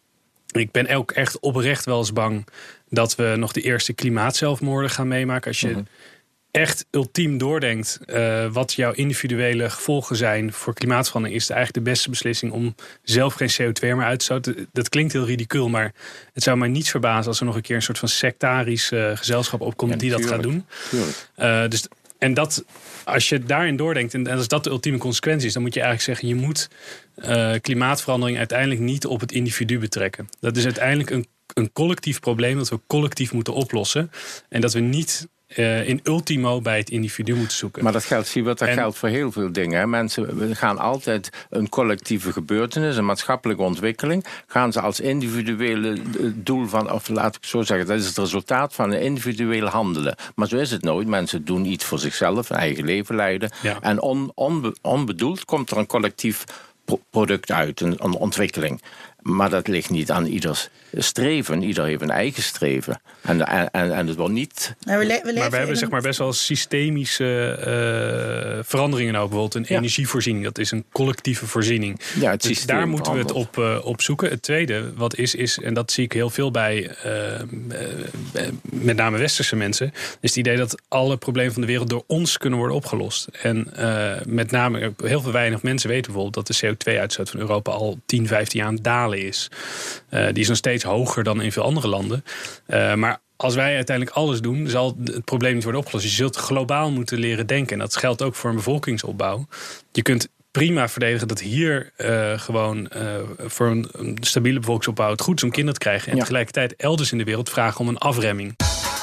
Ik ben ook echt oprecht wel eens bang dat we nog de eerste klimaatzelfmoorden gaan meemaken. Als je mm-hmm. echt ultiem doordenkt uh, wat jouw individuele gevolgen zijn voor klimaatverandering, is het eigenlijk de beste beslissing om zelf geen C O twee meer uit te stoten. Dat klinkt heel ridicuul, maar het zou mij niets verbazen als er nog een keer een soort van sectarisch uh, gezelschap opkomt ja, die dat gaat doen. Uh, dus, en dat, als je daarin doordenkt, en als dat de ultieme consequentie is, dan moet je eigenlijk zeggen, je moet uh, klimaatverandering uiteindelijk niet op het individu betrekken. Dat is uiteindelijk een, een collectief probleem dat we collectief moeten oplossen. En dat we niet Uh, in ultimo bij het individu moeten zoeken. Maar dat geldt, zie wat dat en, geldt voor heel veel dingen. Hè. Mensen gaan altijd een collectieve gebeurtenis, een maatschappelijke ontwikkeling, gaan ze als individuele doel van, of laat ik zo zeggen, dat is het resultaat van een individueel handelen. Maar zo is het nooit. Mensen doen iets voor zichzelf, een eigen leven leiden. Ja. En on, onbe, onbedoeld komt er een collectief product uit, een, een ontwikkeling. Maar dat ligt niet aan ieders streven. Ieder heeft een eigen streven. En, en, en het wordt niet... Maar we, le- we, maar we hebben zeg maar best wel systemische uh, veranderingen ook. Bijvoorbeeld een ja. energievoorziening. Dat is een collectieve voorziening. Ja, het dus daar moeten we het op, uh, op zoeken. Het tweede wat is, is, en dat zie ik heel veel bij uh, uh, met name westerse mensen, is het idee dat alle problemen van de wereld door ons kunnen worden opgelost. En uh, met name heel veel weinig mensen weten bijvoorbeeld dat de C O twee uitstoot van Europa al tien, vijftien jaar aan het dalen is. Uh, die is nog steeds hoger dan in veel andere landen. Uh, maar als wij uiteindelijk alles doen, zal het probleem niet worden opgelost. Je zult globaal moeten leren denken. En dat geldt ook voor een bevolkingsopbouw. Je kunt prima verdedigen dat hier uh, gewoon uh, voor een, een stabiele bevolkingsopbouw het goed is om kinderen te krijgen. En ja. tegelijkertijd elders in de wereld vragen om een afremming.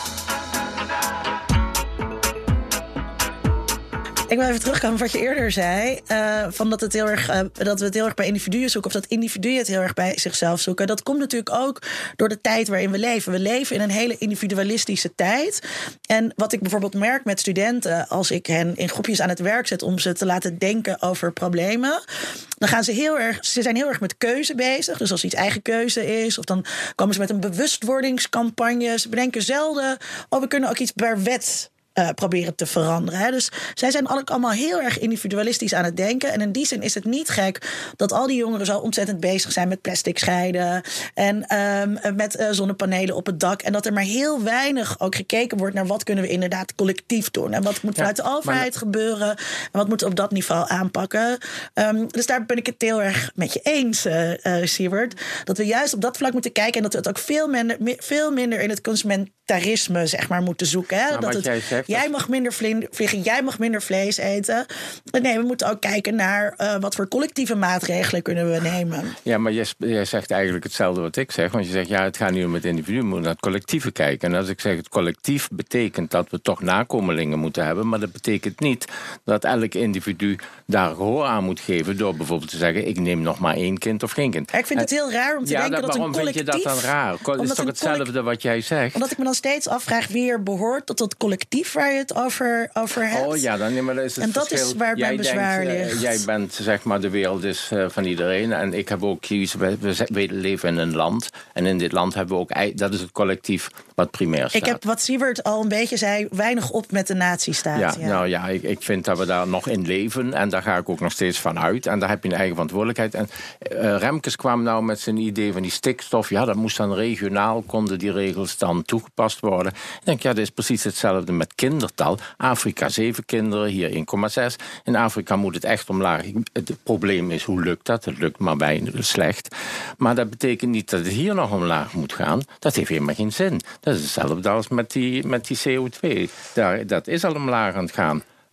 Ik wil even terugkomen op wat je eerder zei. Uh, van dat, het heel erg, uh, dat we het heel erg bij individuen zoeken. Of dat individuen het heel erg bij zichzelf zoeken. Dat komt natuurlijk ook door de tijd waarin we leven. We leven in een hele individualistische tijd. En wat ik bijvoorbeeld merk met studenten, als ik hen in groepjes aan het werk zet om ze te laten denken over problemen, dan gaan ze heel erg, ze zijn heel erg met keuze bezig. Dus als iets eigen keuze is, of dan komen ze met een bewustwordingscampagne. Ze bedenken zelden, oh, we kunnen ook iets per wet Uh, proberen te veranderen. Hè. Dus zij zijn ook allemaal heel erg individualistisch aan het denken. En in die zin is het niet gek dat al die jongeren zo ontzettend bezig zijn met plastic scheiden en um, met uh, zonnepanelen op het dak. En dat er maar heel weinig ook gekeken wordt naar wat kunnen we inderdaad collectief doen. En wat moet vanuit de overheid maar gebeuren. En wat moeten we op dat niveau aanpakken. Um, dus daar ben ik het heel erg met je eens, uh, uh, Siewert. Dat we juist op dat vlak moeten kijken en dat we het ook veel minder, veel minder in het consumentarisme zeg maar moeten zoeken. Hè. Nou, dat het, jij, zegt, jij mag minder vliegen, jij mag minder vlees eten. Nee, we moeten ook kijken naar uh, wat voor collectieve maatregelen kunnen we nemen. Ja, maar jij, jij zegt eigenlijk hetzelfde wat ik zeg. Want je zegt, ja, het gaat niet om het individu, we moeten naar het collectieve kijken. En als ik zeg, het collectief betekent dat we toch nakomelingen moeten hebben. Maar dat betekent niet dat elk individu daar gehoor aan moet geven door bijvoorbeeld te zeggen, ik neem nog maar één kind of geen kind. Ik vind het heel raar om te ja, denken dat, dat een collectief... Waarom vind je dat dan raar? Het is toch hetzelfde wat jij zegt? Omdat ik me dan steeds afvraag wie er behoort tot dat collectief waar je het over, over hebt. Oh ja, dan nee, maar dat is het en dat verschil. is waar mijn bezwaar denkt, ligt. Uh, jij bent, zeg maar, de wereld is uh, van iedereen. En ik heb ook kiezen, we, we leven in een land. En in dit land hebben we ook, dat is het collectief wat primair staat. Ik heb, wat Siewert al een beetje zei, weinig op met de nazistaat. Ja, ja. nou ja, ik, ik vind dat we daar nog in leven. En daar ga ik ook nog steeds van uit. En daar heb je een eigen verantwoordelijkheid. En uh, Remkes kwam nou met zijn idee van die stikstof. Ja, dat moest dan regionaal, konden die regels dan toegepast worden. Ik denk, ja, dat is precies hetzelfde met kindertal. Afrika zeven kinderen, hier één komma zes. In Afrika moet het echt omlaag. Het probleem is, hoe lukt dat? Het lukt maar bijna slecht. Maar dat betekent niet dat het hier nog omlaag moet gaan. Dat heeft helemaal geen zin. Dat is hetzelfde als met die, met die C O twee. Daar, dat is al omlaag aan het gaan.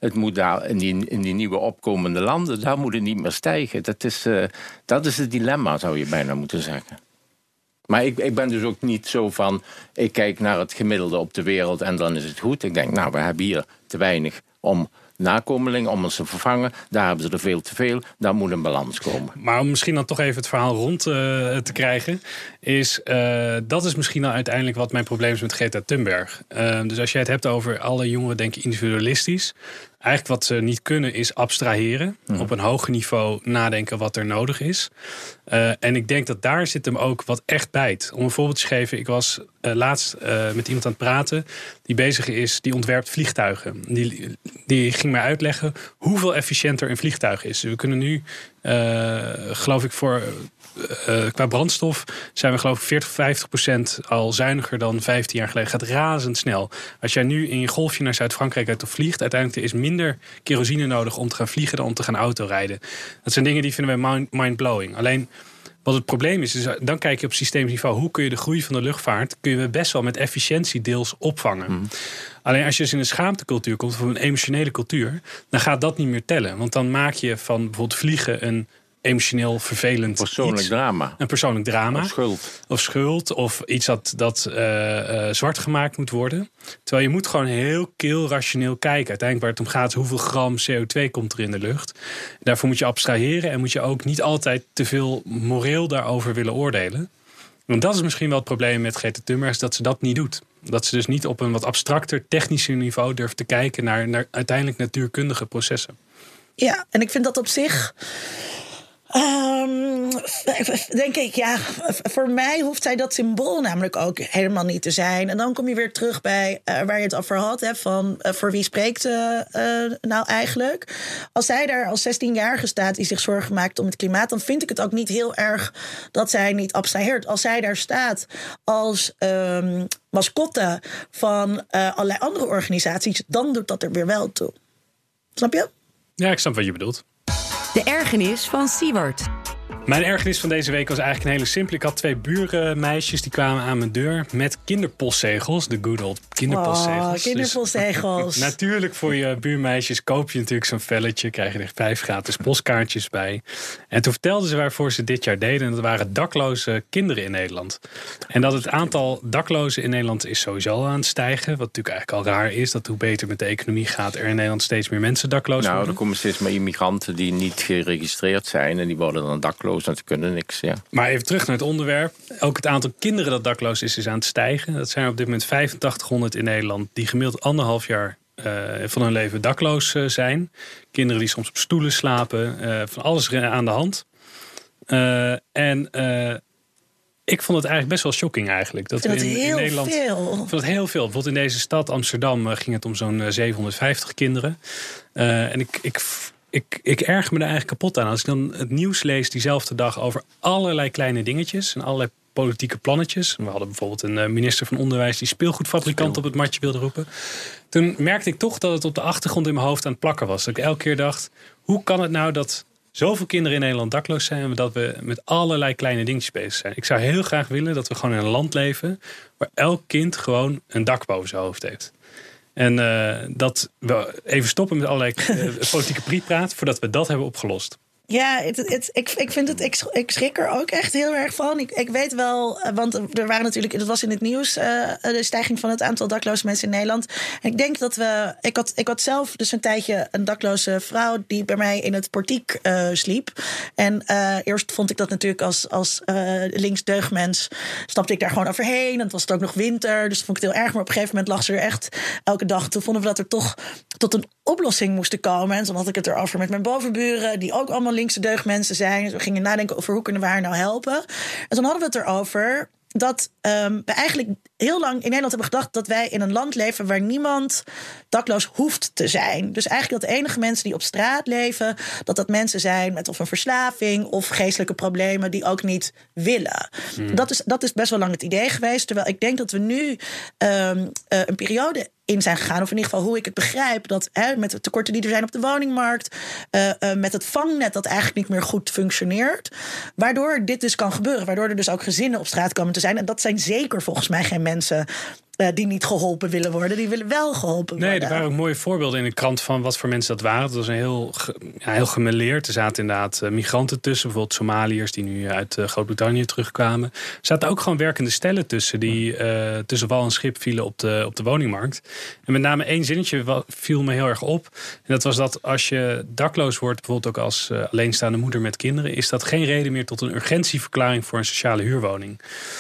het moet daar in die, in die nieuwe opkomende landen, daar moet het niet meer stijgen. Dat is, uh, dat is het dilemma, zou je bijna moeten zeggen. Maar ik, ik ben dus ook niet zo van, ik kijk naar het gemiddelde op de wereld en dan is het goed. Ik denk, nou, we hebben hier te weinig om nakomelingen, om ons te vervangen. Daar hebben ze er veel te veel. Daar moet een balans komen. Maar om misschien dan toch even het verhaal rond uh, te krijgen, is uh, dat is misschien dan uiteindelijk wat mijn probleem is met Greta Thunberg. Uh, dus als jij het hebt over alle jongeren denken individualistisch. Eigenlijk wat ze niet kunnen is abstraheren. Mm. Op een hoger niveau nadenken wat er nodig is. Uh, en ik denk dat daar zit hem ook wat echt bijt. Om een voorbeeld te geven. Ik was uh, laatst uh, met iemand aan het praten die bezig is, die ontwerpt vliegtuigen. Die, die ging mij uitleggen hoeveel efficiënter een vliegtuig is. We kunnen nu, uh, geloof ik, voor Uh, qua brandstof zijn we geloof ik veertig, vijftig procent al zuiniger dan vijftien jaar geleden. Het gaat razendsnel. Als jij nu in je golfje naar Zuid-Frankrijk uit of vliegt, uiteindelijk is minder kerosine nodig om te gaan vliegen dan om te gaan autorijden. Dat zijn dingen die vinden wij mind-blowing. Alleen wat het probleem is, is, dan kijk je op systeemniveau. Hoe kun je de groei van de luchtvaart kun je best wel met efficiëntie deels opvangen. Mm. Alleen als je dus in een schaamtecultuur komt, of een emotionele cultuur, dan gaat dat niet meer tellen. Want dan maak je van bijvoorbeeld vliegen een emotioneel vervelend persoonlijk iets. drama. Een persoonlijk drama. Of schuld. Of schuld. Of iets dat, dat uh, uh, zwart gemaakt moet worden. Terwijl je moet gewoon heel keel rationeel kijken. Uiteindelijk waar het om gaat is hoeveel gram C O twee komt er in de lucht. Daarvoor moet je abstraheren. En moet je ook niet altijd te veel moreel daarover willen oordelen. Want dat is misschien wel het probleem met Greta Thunberg. Dat ze dat niet doet. Dat ze dus niet op een wat abstracter technischer niveau durft te kijken naar, naar uiteindelijk natuurkundige processen. Ja, en ik vind dat op zich Um, denk ik, ja, voor mij hoeft zij dat symbool namelijk ook helemaal niet te zijn. En dan kom je weer terug bij uh, waar je het over had, hè, van uh, voor wie spreekt uh, uh, nou eigenlijk. Als zij daar als zestienjarige staat die zich zorgen maakt om het klimaat, dan vind ik het ook niet heel erg dat zij niet abstraheert. Als zij daar staat als um, mascotte van uh, allerlei andere organisaties, dan doet dat er weer wel toe. Snap je? Ja, ik snap wat je bedoelt. De ergernis van Siewert. Mijn ergernis van deze week was eigenlijk een hele simpele. Ik had twee buurmeisjes die kwamen aan mijn deur met kinderpostzegels. De good old kinderpostzegels. Oh, kinderpostzegels. Dus, natuurlijk voor je buurmeisjes koop je natuurlijk zo'n velletje. Krijg je er vijf gratis postkaartjes bij. En toen vertelden ze waarvoor ze dit jaar deden. En dat waren dakloze kinderen in Nederland. En dat het aantal daklozen in Nederland is sowieso al aan het stijgen. Wat natuurlijk eigenlijk al raar is. Dat hoe beter met de economie gaat er in Nederland steeds meer mensen dakloos worden. Nou, er komen steeds meer immigranten die niet geregistreerd zijn. En die worden dan dakloos. Dat kunnen niks, ja. Maar even terug naar het onderwerp. Ook het aantal kinderen dat dakloos is, is aan het stijgen. Dat zijn er op dit moment vijfentachtighonderd in Nederland die gemiddeld anderhalf jaar uh, van hun leven dakloos uh, zijn. Kinderen die soms op stoelen slapen. Uh, van alles aan de hand. Uh, en uh, ik vond het eigenlijk best wel shocking eigenlijk. Dat ik vind we in, het heel in Nederland, veel. Ik vond het heel veel. Bijvoorbeeld in deze stad Amsterdam uh, ging het om zo'n uh, zevenhonderdvijftig kinderen. Uh, en ik... ik Ik, ik erger me er eigenlijk kapot aan. Als ik dan het nieuws lees diezelfde dag over allerlei kleine dingetjes en allerlei politieke plannetjes. We hadden bijvoorbeeld een minister van Onderwijs die speelgoedfabrikant Speel. op het matje wilde roepen. Toen merkte ik toch dat het op de achtergrond in mijn hoofd aan het plakken was. Dat ik elke keer dacht, hoe kan het nou dat zoveel kinderen in Nederland dakloos zijn en dat we met allerlei kleine dingetjes bezig zijn? Ik zou heel graag willen dat we gewoon in een land leven waar elk kind gewoon een dak boven zijn hoofd heeft. En uh, dat we even stoppen met allerlei uh, politieke prietpraat voordat we dat hebben opgelost. Ja, het, het, ik, ik vind het, ik, ik schrik er ook echt heel erg van. Ik, ik weet wel, want er waren natuurlijk, het was in het nieuws, uh, de stijging van het aantal dakloze mensen in Nederland. En ik denk dat we, ik had, ik had zelf dus een tijdje een dakloze vrouw die bij mij in het portiek uh, sliep. En uh, eerst vond ik dat natuurlijk als, als uh, linksdeugdmens, stapte ik daar gewoon overheen. En het was het ook nog winter, dus dat vond ik het heel erg. Maar op een gegeven moment lag ze er echt elke dag. Toen vonden we dat er toch tot een oplossing moest komen. En toen had ik het erover met mijn bovenburen, die ook allemaal linkse deugdmensen zijn. Dus we gingen nadenken over hoe kunnen we haar nou helpen. En toen hadden we het erover dat um, we eigenlijk heel lang in Nederland hebben gedacht dat wij in een land leven waar niemand dakloos hoeft te zijn. Dus eigenlijk dat de enige mensen die op straat leven, dat dat mensen zijn met of een verslaving of geestelijke problemen die ook niet willen. Hmm. Dat is, dat is best wel lang het idee geweest. Terwijl ik denk dat we nu um, uh, een periode in zijn gegaan, of in ieder geval hoe ik het begrijp, dat hè, met de tekorten die er zijn op de woningmarkt, uh, uh, met het vangnet dat eigenlijk niet meer goed functioneert, waardoor dit dus kan gebeuren, waardoor er dus ook gezinnen op straat komen te zijn. En dat zijn zeker volgens mij geen mensen mensen Uh, die niet geholpen willen worden. Die willen wel geholpen nee, worden. Nee, er waren ook mooie voorbeelden in de krant van wat voor mensen dat waren. Dat was een heel, ge, ja, heel gemêleerd. Er zaten inderdaad uh, migranten tussen. Bijvoorbeeld Somaliërs die nu uit uh, Groot-Brittannië terugkwamen. Er zaten ook gewoon werkende stellen tussen. Die uh, tussen wal en schip vielen op de, op de woningmarkt. En met name één zinnetje viel me heel erg op. En dat was dat als je dakloos wordt, bijvoorbeeld ook als uh, alleenstaande moeder met kinderen, is dat geen reden meer tot een urgentieverklaring voor een sociale huurwoning.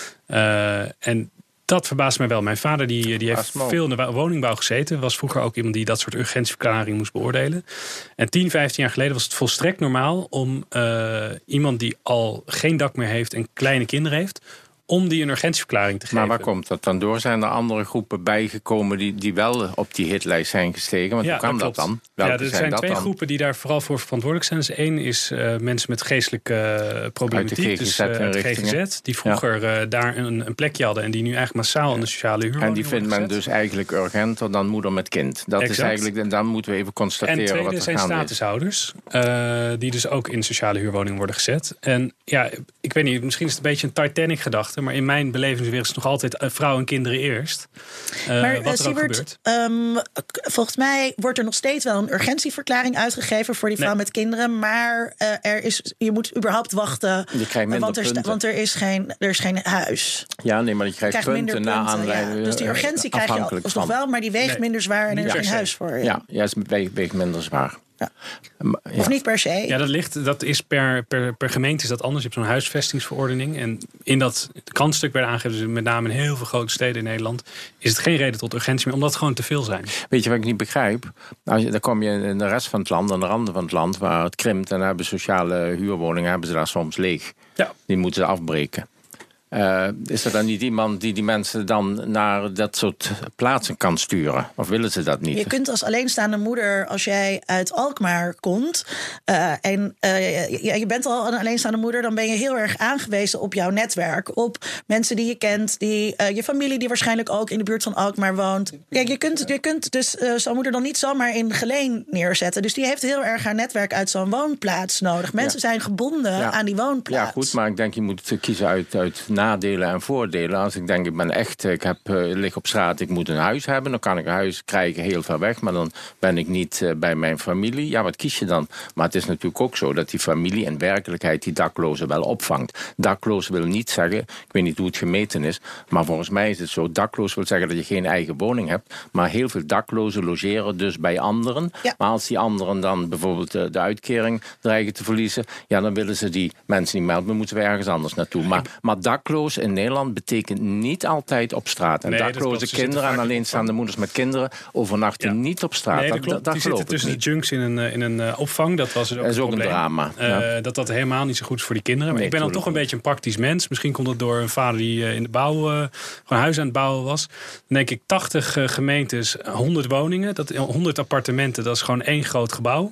Uh, en dat verbaast mij wel. Mijn vader die, die heeft veel in de woningbouw gezeten. Was vroeger ook iemand die dat soort urgentieverklaringen moest beoordelen. En tien, vijftien jaar geleden was het volstrekt normaal om uh, iemand die al geen dak meer heeft en kleine kinderen heeft, om die een urgentieverklaring te geven. Maar waar komt dat dan door? Zijn er andere groepen bijgekomen die, die wel op die hitlijst zijn gestegen? Want ja, hoe kan dat, dat dan? Welke ja, er zijn, zijn dat twee dan? groepen die daar vooral voor verantwoordelijk zijn. Dus één is uh, mensen met geestelijke uh, problematiek. Dus uh, uit de G G Z. Die vroeger ja. uh, daar een, een plekje hadden. En die nu eigenlijk massaal ja. in de sociale huurwoning. En die vindt men dus eigenlijk urgenter dan moeder met kind. Dat exact. is eigenlijk, en dan moeten we even constateren en tweede wat er zijn gaan statushouders. Uh, die dus ook in sociale huurwoningen worden gezet. En ja, ik weet niet, misschien is het een beetje een Titanic gedachte. Maar in mijn belevingswereld is het nog altijd vrouwen en kinderen eerst. Uh, maar wat er ook gebeurt. Um, volgens mij wordt er nog steeds wel een urgentieverklaring uitgegeven voor die vrouw nee. met kinderen. Maar uh, er is, je moet überhaupt wachten. Je krijgt minder want er, punten. Want er is geen, er is geen huis. Ja, nee, maar je krijgt, je krijgt punten, punten na aanleiding. Ja. Dus die urgentie krijg je alsnog wel, maar die weegt nee. minder zwaar en er is ja. geen huis voor. Ja, ja, ja het weegt, weegt minder zwaar. Ja. Ja. Of niet per se. Ja, dat ligt. Dat is per, per, per gemeente is dat anders. Je hebt zo'n huisvestingsverordening. En in dat krantstuk werden aangegeven, dus met name in heel veel grote steden in Nederland, is het geen reden tot urgentie meer, omdat het gewoon te veel zijn. Weet je wat ik niet begrijp? Als je, dan kom je in de rest van het land, aan de randen van het land, waar het krimpt, en dan hebben sociale huurwoningen, hebben ze daar soms leeg. Ja. Die moeten ze afbreken. Uh, is er dan niet iemand die die mensen dan naar dat soort plaatsen kan sturen? Of willen ze dat niet? Je kunt als alleenstaande moeder, als jij uit Alkmaar komt Uh, en uh, je, je bent al een alleenstaande moeder, dan ben je heel erg aangewezen op jouw netwerk. Op mensen die je kent, die, uh, je familie die waarschijnlijk ook in de buurt van Alkmaar woont. Ja, je, kunt, je kunt dus uh, zo'n moeder dan niet zomaar in Geleen neerzetten. Dus die heeft heel erg haar netwerk uit zo'n woonplaats nodig. Mensen ja. zijn gebonden ja. aan die woonplaats. Ja, goed, maar ik denk je moet kiezen uit, uit nadelen en voordelen. Als ik denk, ik ben echt, ik heb, uh, lig op straat, ik moet een huis hebben, dan kan ik een huis krijgen heel ver weg, maar dan ben ik niet uh, bij mijn familie. Ja, wat kies je dan? Maar het is natuurlijk ook zo dat die familie in werkelijkheid die daklozen wel opvangt. Dakloos wil niet zeggen, ik weet niet hoe het gemeten is, maar volgens mij is het zo, dakloos wil zeggen dat je geen eigen woning hebt, maar heel veel daklozen logeren dus bij anderen. Ja. Maar als die anderen dan bijvoorbeeld de, de uitkering dreigen te verliezen, ja, dan willen ze die mensen niet melden, dan moeten we ergens anders naartoe. Maar, maar dakloos in Nederland betekent niet altijd op straat. En nee, dakloze kinderen en alleenstaande moeders met kinderen overnachten ja. niet op straat. Nee, dat, dat klopt. Dat, dat die zitten tussen de junks in een, in een uh, opvang. Dat was dus ook, dat is een, ook een drama. Uh, ja. Dat dat helemaal niet zo goed is voor die kinderen. Maar nee, ik ben dan toch een niet. beetje een praktisch mens. Misschien komt het door een vader die uh, in de bouw uh, gewoon huis aan het bouwen was. Dan denk ik tachtig uh, gemeentes, honderd woningen, dat, honderd appartementen. Dat is gewoon één groot gebouw.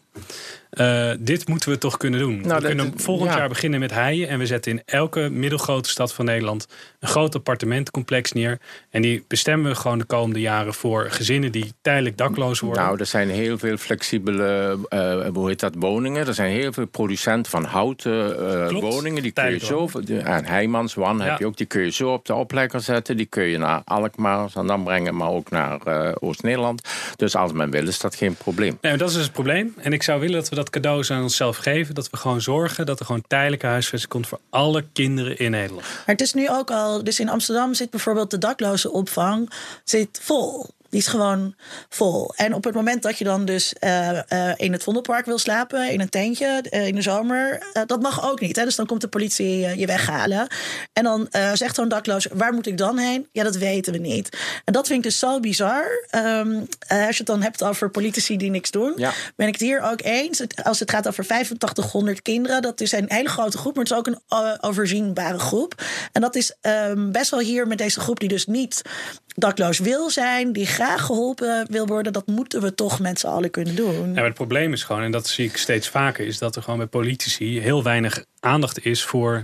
Uh, dit moeten we toch kunnen doen. Nou, we kunnen dat, volgend ja. jaar beginnen met Heijen. En we zetten in elke middelgrote stad van Nederland een groot appartementencomplex neer. En die bestemmen we gewoon de komende jaren voor gezinnen die tijdelijk dakloos worden. Nou, er zijn heel veel flexibele uh, hoe heet dat, woningen. Er zijn heel veel producenten van houten uh, woningen. Die kun je zo, en Heijmans, Wan ja. heb je ook, die kun je zo op de oplegger zetten. Die kun je naar Alkmaar dan brengen, maar ook naar uh, Oost-Nederland. Dus als men wil, is dat geen probleem. Nee, dat is dus het probleem. En ik zou willen dat we dat cadeaus aan onszelf geven. Dat we gewoon zorgen dat er gewoon tijdelijke huisvesting komt voor alle kinderen in Nederland. Maar het is nu ook al, dus in Amsterdam zit bijvoorbeeld de dakloze opvang zit vol. Die is gewoon vol. En op het moment dat je dan dus uh, uh, in het Vondelpark wil slapen, in een tentje, uh, in de zomer, uh, dat mag ook niet. Hè? Dus dan komt de politie uh, je weghalen. En dan uh, zegt zo'n dakloos, waar moet ik dan heen? Ja, dat weten we niet. En dat vind ik dus zo bizar. Um, uh, als je het dan hebt over politici die niks doen, ja. ben ik het hier ook eens. Als het gaat over vijfentachtighonderd kinderen, dat is een hele grote groep, maar het is ook een uh, overzienbare groep. En dat is um, best wel hier met deze groep die dus niet dakloos wil zijn, die graag geholpen wil worden, dat moeten we toch met z'n allen kunnen doen. Ja, maar het probleem is gewoon, en dat zie ik steeds vaker, is dat er gewoon bij politici heel weinig aandacht is voor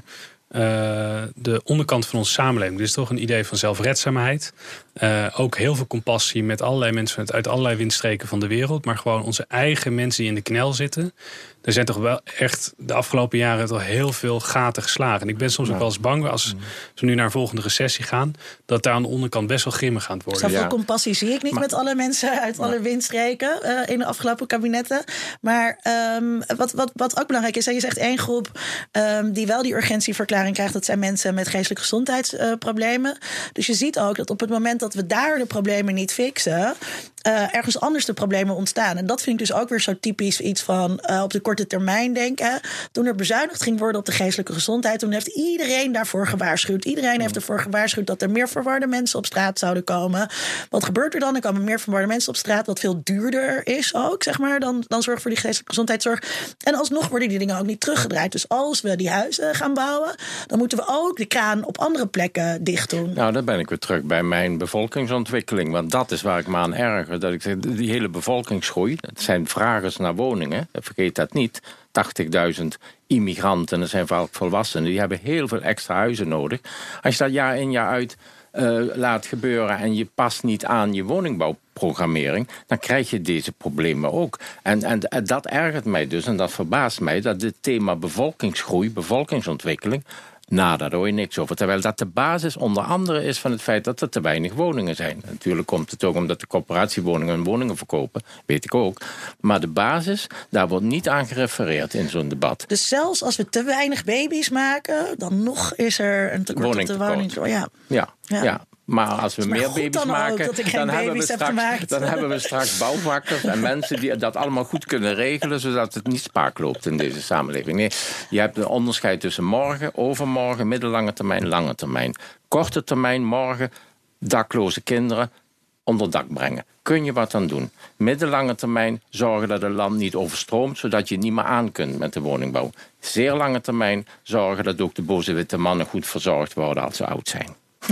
uh, de onderkant van onze samenleving. Dit is toch een idee van zelfredzaamheid. Uh, ook heel veel compassie met allerlei mensen uit allerlei windstreken van de wereld. Maar gewoon onze eigen mensen die in de knel zitten. Er zijn toch wel echt de afgelopen jaren toch heel veel gaten geslagen. En ik ben soms ja. ook wel eens bang als we nu naar een volgende recessie gaan, dat daar aan de onderkant best wel grimmig aan het worden. Zoveel ja. compassie zie ik niet maar, met alle mensen uit ja. alle windstreken uh, in de afgelopen kabinetten. Maar um, wat, wat, wat ook belangrijk is, je zegt één groep um, die wel die urgentieverklaring krijgt, dat zijn mensen met geestelijke gezondheidsproblemen. Uh, dus je ziet ook dat op het moment dat we daar de problemen niet fixen, Uh, ergens anders de problemen ontstaan. En dat vind ik dus ook weer zo typisch iets van uh, op de korte termijn denken. Toen er bezuinigd ging worden op de geestelijke gezondheid, toen heeft iedereen daarvoor gewaarschuwd. Iedereen heeft ervoor gewaarschuwd dat er meer verwarde mensen op straat zouden komen. Wat gebeurt er dan? Er komen meer verwarde mensen op straat, wat veel duurder is ook, zeg maar, dan, dan zorg voor die geestelijke gezondheidszorg. En alsnog worden die dingen ook niet teruggedraaid. Dus als we die huizen gaan bouwen, dan moeten we ook de kraan op andere plekken dicht doen. Nou, dan ben ik weer terug bij mijn bevolkingsontwikkeling. Want dat is waar ik me aan erger. Dat ik zeg, die hele bevolkingsgroei, het zijn vragers naar woningen, vergeet dat niet. tachtigduizend immigranten, dat zijn vaak volwassenen, die hebben heel veel extra huizen nodig. Als je dat jaar in jaar uit uh, laat gebeuren en je past niet aan je woningbouwprogrammering, dan krijg je deze problemen ook. En, en, en dat ergert mij dus en dat verbaast mij, dat dit thema bevolkingsgroei, bevolkingsontwikkeling, nou, daar hoor je niks over. Terwijl dat de basis onder andere is van het feit dat er te weinig woningen zijn. Natuurlijk komt het ook omdat de corporatiewoningen woningen verkopen. Weet ik ook. Maar de basis, daar wordt niet aan gerefereerd in zo'n debat. Dus zelfs als we te weinig baby's maken, dan nog is er een tekort op de woning. Ja. Ja, ja. ja. Maar als we maar meer baby's dan maken, ook, dan, dan, hebben we heb straks, dan hebben we straks bouwvakkers en mensen die dat allemaal goed kunnen regelen, zodat het niet spaak loopt in deze samenleving. Nee, je hebt een onderscheid tussen morgen, overmorgen, middellange termijn, lange termijn. Korte termijn, morgen, dakloze kinderen onder dak brengen. Kun je wat aan doen? Middellange termijn, zorgen dat het land niet overstroomt, zodat je niet meer aan kunt met de woningbouw. Zeer lange termijn, zorgen dat ook de boze witte mannen goed verzorgd worden als ze oud zijn.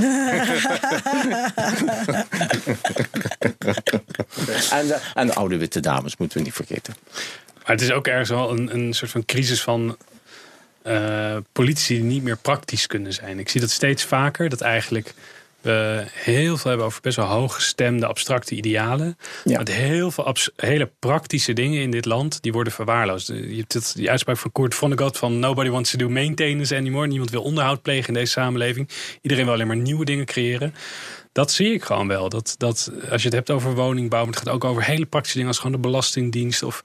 en, de, en de oude witte dames moeten we niet vergeten. Maar het is ook ergens wel een, een soort van crisis van uh, politici die niet meer praktisch kunnen zijn. Ik zie dat steeds vaker, dat eigenlijk we heel veel hebben over best wel hooggestemde abstracte idealen. Ja. Met heel veel abs- hele praktische dingen in dit land, die worden verwaarloosd. Je hebt het, die uitspraak van Kurt Vonnegut van nobody wants to do maintenance anymore. Niemand wil onderhoud plegen in deze samenleving. Iedereen wil alleen maar nieuwe dingen creëren. Dat zie ik gewoon wel. Dat, dat als je het hebt over woningbouw, maar het gaat ook over hele praktische dingen als gewoon de Belastingdienst of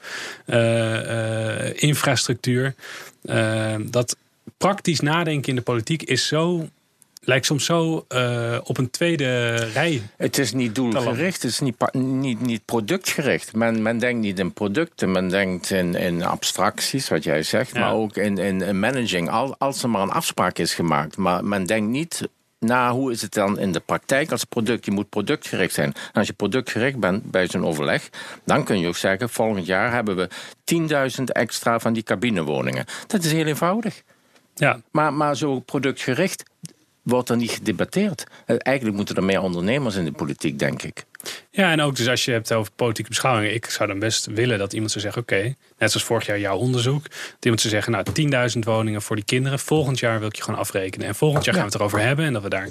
uh, uh, infrastructuur. Uh, dat praktisch nadenken in de politiek is zo, lijkt soms zo uh, op een tweede rij. Het is niet doelgericht, het is niet, niet, niet productgericht. Men, men denkt niet in producten, men denkt in, in abstracties, wat jij zegt, ja. maar ook in, in, in managing. Al, als er maar een afspraak is gemaakt, maar men denkt niet na hoe is het dan in de praktijk als product. Je moet productgericht zijn. En als je productgericht bent bij zo'n overleg, dan kun je ook zeggen, volgend jaar hebben we tienduizend extra van die cabinewoningen. Dat is heel eenvoudig. Ja. Maar, maar zo productgericht wordt er niet gedebatteerd. Eigenlijk moeten er meer ondernemers in de politiek, denk ik. Ja, en ook dus als je hebt over politieke beschouwingen. Ik zou dan best willen dat iemand zou zeggen, oké, okay, net zoals vorig jaar jouw onderzoek. Dat iemand zou zeggen, nou, tienduizend woningen voor die kinderen. Volgend jaar wil ik je gewoon afrekenen. En volgend jaar gaan we het erover hebben. En dat we daar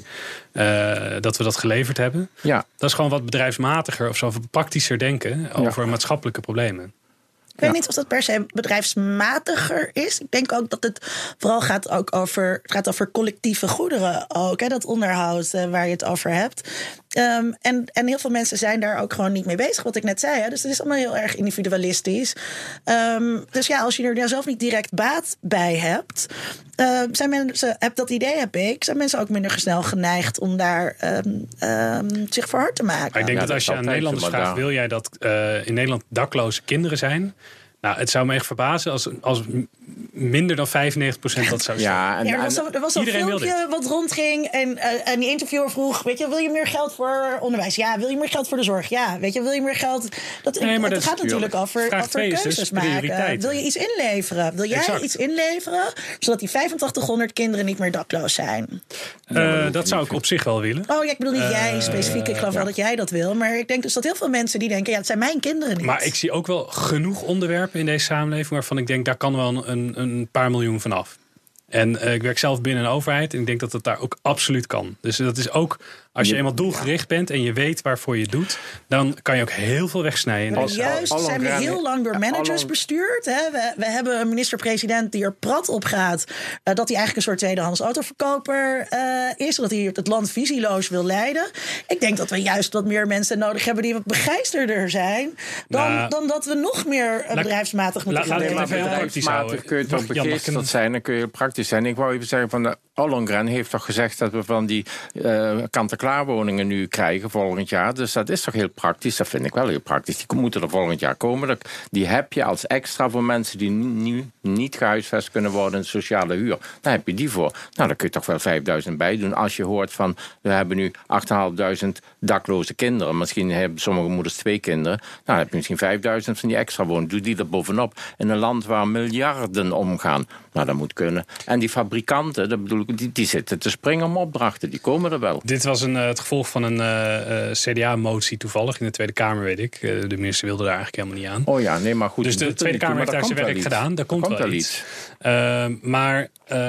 uh, dat we dat geleverd hebben. Ja. Dat is gewoon wat bedrijfsmatiger of zo praktischer denken over ja. maatschappelijke problemen. Ik weet niet of dat per se bedrijfsmatiger is. Ik denk ook dat het vooral gaat, ook over, het gaat over collectieve goederen ook. Hè, dat onderhoud uh, waar je het over hebt. Um, en, en heel veel mensen zijn daar ook gewoon niet mee bezig, wat ik net zei. Hè? Dus het is allemaal heel erg individualistisch. Um, dus ja, als je er zelf niet direct baat bij hebt, Uh, zijn mensen, heb dat idee heb ik, zijn mensen ook minder snel geneigd om daar um, um, zich voor hard te maken. Maar ik denk ja, dat als je aan Nederlanders vraagt, wil jij dat uh, in Nederland dakloze kinderen zijn? Nou, het zou me echt verbazen als, als minder dan vijfennegentig procent dat zou zijn. Ja, en, ja, er was, zo, er was een filmpje wat rondging en, uh, en die interviewer vroeg, weet je, wil je meer geld voor onderwijs? Ja. Wil je meer geld voor de zorg? Ja. Weet je, wil je meer geld? Dat, nee, maar het dat gaat natuurlijk over, over keuzes dus maken. Wil je iets inleveren? Wil jij exact. iets inleveren, zodat die vijfentachtighonderd kinderen niet meer dakloos zijn? Uh, dat, dat zou ik op zich wel willen. Oh ja, ik bedoel niet uh, jij specifiek. Ik geloof ja. wel dat jij dat wil. Maar ik denk dus dat heel veel mensen die denken, ja, het zijn mijn kinderen niet. Maar ik zie ook wel genoeg onderwerpen in deze samenleving waarvan ik denk, daar kan wel een, een paar miljoen vanaf. En uh, ik werk zelf binnen een overheid en ik denk dat dat daar ook absoluut kan. Dus dat is ook, als je eenmaal doelgericht bent en je weet waarvoor je het doet, dan kan je ook heel veel wegsnijden. Maar juist zijn we heel lang door managers bestuurd. Hè? We, we hebben een minister-president die er prat op gaat uh, dat hij eigenlijk een soort tweedehands autoverkoper uh, is. Dat hij het land visieloos wil leiden. Ik denk dat we juist wat meer mensen nodig hebben die wat begeisterder zijn dan, nou, dan dat we nog meer uh, bedrijfsmatig moeten la, gaan. Maar bedrijfsmatig kun je toch begeesterd zijn en kun je praktisch zijn. Ik wou even zeggen van de Ollongren heeft toch gezegd dat we van die uh, kant-en-klaar-woningen nu krijgen volgend jaar. Dus dat is toch heel praktisch. Dat vind ik wel heel praktisch. Die moeten er volgend jaar komen. Die heb je als extra voor mensen die nu niet gehuisvest kunnen worden in sociale huur. Daar heb je die voor. Nou, dan kun je toch wel vijfduizend bij doen. Als je hoort van, we hebben nu achtduizend vijfhonderd dakloze kinderen. Misschien hebben sommige moeders twee kinderen. Nou, dan heb je misschien vijfduizend van die extra woningen. Doe die er bovenop. In een land waar miljarden omgaan. Nou, dat moet kunnen. En die fabrikanten, dat bedoel ik, die, die zitten te springen om opdrachten. Die komen er wel. Dit was een, uh, het gevolg van een uh, uh, C D A-motie toevallig in de Tweede Kamer, weet ik. Uh, de minister wilde daar eigenlijk helemaal niet aan. Oh ja, nee, maar goed. Dus de Tweede Kamer heeft daar zijn werk gedaan. Daar komt wel iets. Uh, maar...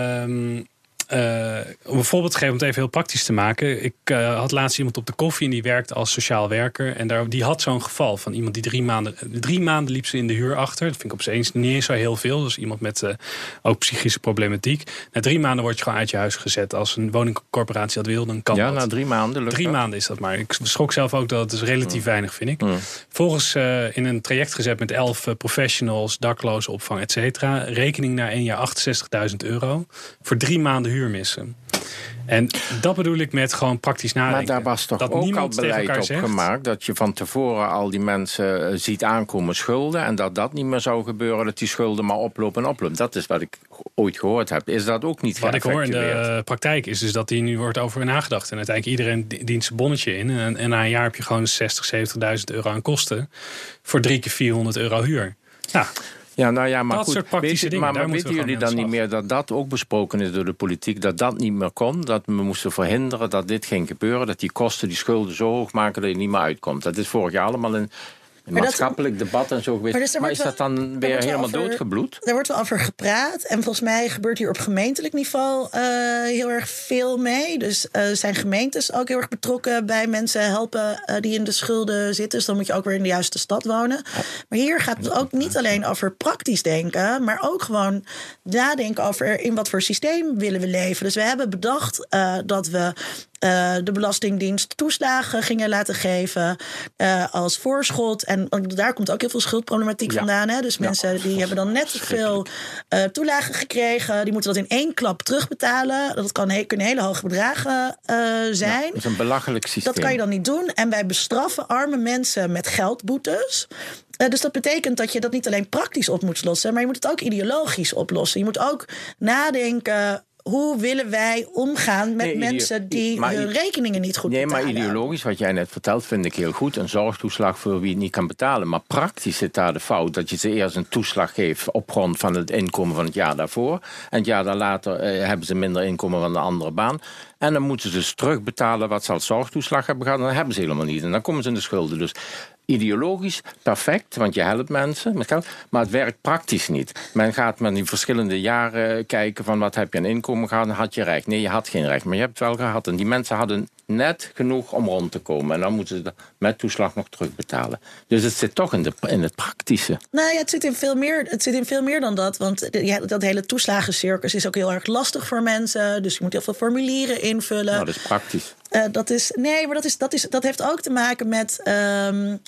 Um, Uh, om een voorbeeld te geven, om het even heel praktisch te maken. Ik uh, had laatst iemand op de koffie en die werkt als sociaal werker. En daar, die had zo'n geval van iemand die drie maanden... Drie maanden liep ze in de huur achter. Dat vind ik op z'n eens niet eens zo heel veel. Dus iemand met uh, ook psychische problematiek. Na drie maanden word je gewoon uit je huis gezet. Als een woningcorporatie dat wil, dan kan ja, dat. Ja, na drie maanden lukt Drie dat. maanden is dat maar. Ik schrok zelf ook dat het dus relatief mm. weinig, vind ik. Mm. Volgens uh, in een traject gezet met elf uh, professionals, dakloze opvang, et cetera. Rekening na één jaar achtenzestigduizend euro. Voor drie maanden huur missen. En dat bedoel ik met gewoon praktisch nadenken. Maar daar was toch dat ook al beleid op zegt. gemaakt dat je van tevoren al die mensen ziet aankomen schulden en dat dat niet meer zou gebeuren, dat die schulden maar oplopen en oplopen. Dat is wat ik ooit gehoord heb. Is dat ook niet wat ik hoor in de praktijk is dus dat hier nu wordt over nagedacht. En uiteindelijk iedereen dient zijn bonnetje in. En, en na een jaar heb je gewoon zestig, zeventigduizend euro aan kosten voor drie keer vierhonderd euro huur. Nou, Ja, nou ja, maar dat goed, soort praktische weet je, dingen. Maar, maar weten jullie dan niet meer dat dat ook besproken is door de politiek? Dat dat niet meer kon? Dat we moesten verhinderen dat dit ging gebeuren? Dat die kosten, die schulden zo hoog maken dat je niet meer uitkomt? Dat is vorig jaar allemaal een... Een maatschappelijk dat, debat en zo geweest. Maar, dus maar is wel, dat dan weer helemaal over, doodgebloed? Daar wordt wel over gepraat. En volgens mij gebeurt hier op gemeentelijk niveau uh, heel erg veel mee. Dus uh, zijn gemeentes ook heel erg betrokken bij mensen helpen uh, die in de schulden zitten. Dus dan moet je ook weer in de juiste stad wonen. Maar hier gaat het ook niet alleen over praktisch denken, maar ook gewoon nadenken over in wat voor systeem willen we leven. Dus we hebben bedacht uh, dat we Uh, de Belastingdienst toeslagen gingen laten geven uh, als voorschot. En daar komt ook heel veel schuldproblematiek ja. vandaan. Hè? Dus ja. mensen die hebben dan net te veel uh, toelagen gekregen. Die moeten dat in één klap terugbetalen. Dat kan he- kunnen hele hoge bedragen uh, zijn. Ja, dat is een belachelijk systeem. Dat kan je dan niet doen. En wij bestraffen arme mensen met geldboetes. Uh, dus dat betekent dat je dat niet alleen praktisch op moet lossen, maar je moet het ook ideologisch oplossen. Je moet ook nadenken, hoe willen wij omgaan met nee, mensen die maar, hun rekeningen niet goed nee, betalen? Nee, maar ideologisch, wat jij net vertelt, vind ik heel goed. Een zorgtoeslag voor wie het niet kan betalen. Maar praktisch zit daar de fout dat je ze eerst een toeslag geeft op grond van het inkomen van het jaar daarvoor. En het jaar later eh, hebben ze minder inkomen van de andere baan. En dan moeten ze dus terugbetalen wat ze als zorgtoeslag hebben gehad. En dat hebben ze helemaal niet. En dan komen ze in de schulden. Dus ideologisch perfect, want je helpt mensen met geld. Maar het werkt praktisch niet. Men gaat met die verschillende jaren kijken van wat heb je aan inkomen gehad. Dan had je recht. Nee, je had geen recht. Maar je hebt het wel gehad. En die mensen hadden net genoeg om rond te komen. En dan moeten ze met toeslag nog terugbetalen. Dus het zit toch in, de, in het praktische. Nou ja, het zit in veel meer, het zit in veel meer dan dat. Want ja, dat hele toeslagencircus is ook heel erg lastig voor mensen. Dus je moet heel veel formulieren invullen. Nou, dat is praktisch. Uh, dat is, nee, maar dat, is, dat, is, dat heeft ook te maken met Um,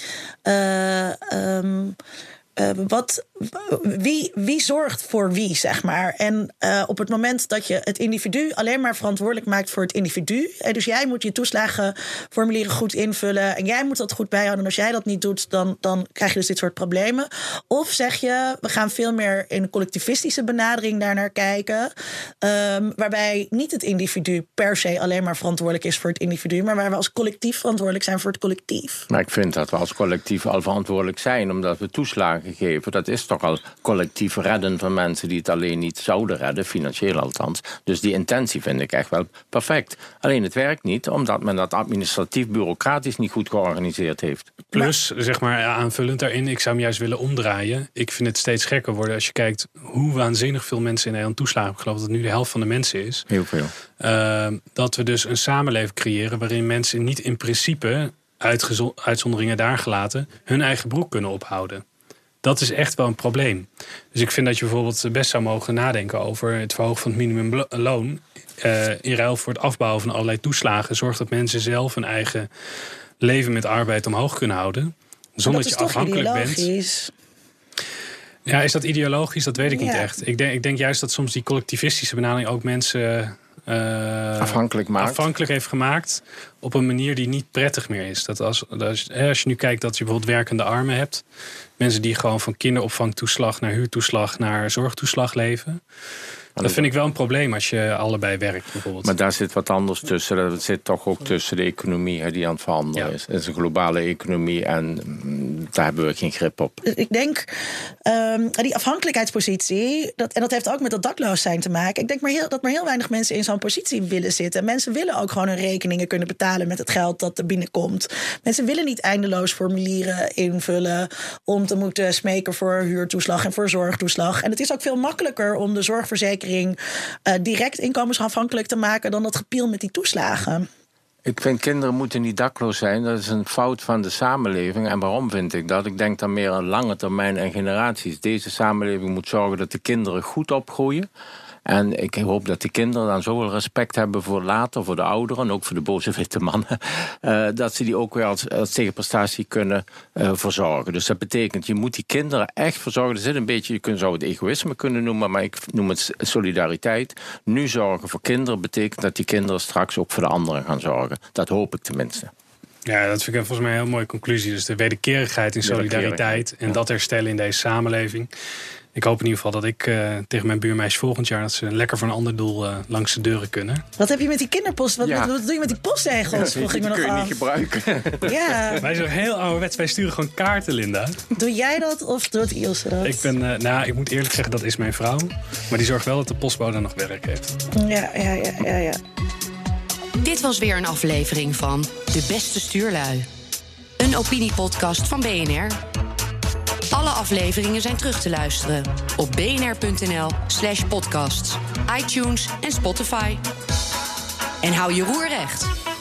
uh, um, Uh, wat, wie, wie zorgt voor wie, zeg maar. En uh, op het moment dat je het individu alleen maar verantwoordelijk maakt voor het individu. Uh, dus jij moet je toeslagenformulieren goed invullen. En jij moet dat goed bijhouden. En als jij dat niet doet, dan, dan krijg je dus dit soort problemen. Of zeg je, we gaan veel meer in een collectivistische benadering daarnaar kijken. Um, waarbij niet het individu per se alleen maar verantwoordelijk is voor het individu. Maar waar we als collectief verantwoordelijk zijn voor het collectief. Maar ik vind dat we als collectief al verantwoordelijk zijn. Omdat we toeslagen aangegeven. Dat is toch al collectief redden van mensen die het alleen niet zouden redden, financieel althans. Dus die intentie vind ik echt wel perfect. Alleen het werkt niet, omdat men dat administratief bureaucratisch niet goed georganiseerd heeft. Plus, zeg maar aanvullend daarin, ik zou hem juist willen omdraaien. Ik vind het steeds gekker worden als je kijkt hoe waanzinnig veel mensen in Nederland toeslagen. Ik geloof dat het nu de helft van de mensen is. Heel veel. Uh, dat we dus een samenleving creëren waarin mensen niet in principe, uitgezo- uitzonderingen daar gelaten, hun eigen broek kunnen ophouden. Dat is echt wel een probleem. Dus ik vind dat je bijvoorbeeld best zou mogen nadenken over het verhogen van het minimumloon. Uh, in ruil voor het afbouwen van allerlei toeslagen. Zorgt dat mensen zelf hun eigen leven met arbeid omhoog kunnen houden. Zonder dat, dat je afhankelijk bent. Ja, is dat ideologisch? Dat weet ik ja. niet echt. Ik denk, ik denk juist dat soms die collectivistische benadering ook mensen uh, afhankelijk, maakt. afhankelijk heeft gemaakt op een manier die niet prettig meer is. Dat als, als, als je nu kijkt dat je bijvoorbeeld werkende armen hebt, mensen die gewoon van kinderopvangtoeslag naar huurtoeslag naar zorgtoeslag leven. Dat vind ik wel een probleem als je allebei werkt bijvoorbeeld. Maar daar zit wat anders tussen. Dat zit toch ook tussen de economie hè, die aan het veranderen ja. is. Het is een globale economie en daar hebben we geen grip op. Ik denk, um, die afhankelijkheidspositie, dat, en dat heeft ook met dat dakloos zijn te maken. Ik denk maar heel, dat maar heel weinig mensen in zo'n positie willen zitten. Mensen willen ook gewoon hun rekeningen kunnen betalen met het geld dat er binnenkomt. Mensen willen niet eindeloos formulieren invullen om te moeten smeken voor huurtoeslag en voor zorgtoeslag. En het is ook veel makkelijker om de zorgverzekering Uh, direct inkomensafhankelijk te maken dan dat gepiel met die toeslagen. Ik vind kinderen moeten niet dakloos zijn. Dat is een fout van de samenleving. En waarom vind ik dat? Ik denk dan meer aan lange termijn en generaties. Deze samenleving moet zorgen dat de kinderen goed opgroeien. En ik hoop dat de kinderen dan zoveel respect hebben voor later, voor de ouderen, en ook voor de boze witte mannen, uh, dat ze die ook weer als, als tegenprestatie kunnen uh, verzorgen. Dus dat betekent, je moet die kinderen echt verzorgen. Er zit een beetje, je kunt, zou het egoïsme kunnen noemen, maar ik noem het solidariteit. Nu zorgen voor kinderen betekent dat die kinderen straks ook voor de anderen gaan zorgen. Dat hoop ik tenminste. Ja, dat vind ik volgens mij een heel mooie conclusie. Dus de wederkerigheid in solidariteit en dat herstellen in deze samenleving. Ik hoop in ieder geval dat ik uh, tegen mijn buurmeisje volgend jaar, dat ze lekker voor een ander doel uh, langs de deuren kunnen. Wat heb je met die kinderpost? Wat, ja. wat, wat doe je met die postzegels? Ja, die kun je af. niet gebruiken. Ja. Wij zijn heel ouderwets. Wij sturen gewoon kaarten, Linda. Doe jij dat of doet Ilse dat? Ik ben, uh, nou, ik moet eerlijk zeggen, dat is mijn vrouw. Maar die zorgt wel dat de postbode nog werk heeft. Ja, ja, ja, ja, ja. Dit was weer een aflevering van De Beste Stuurlui. Een opiniepodcast van B N R. Alle afleveringen zijn terug te luisteren op bnr.nl slash podcasts, iTunes en Spotify. En hou je roer recht.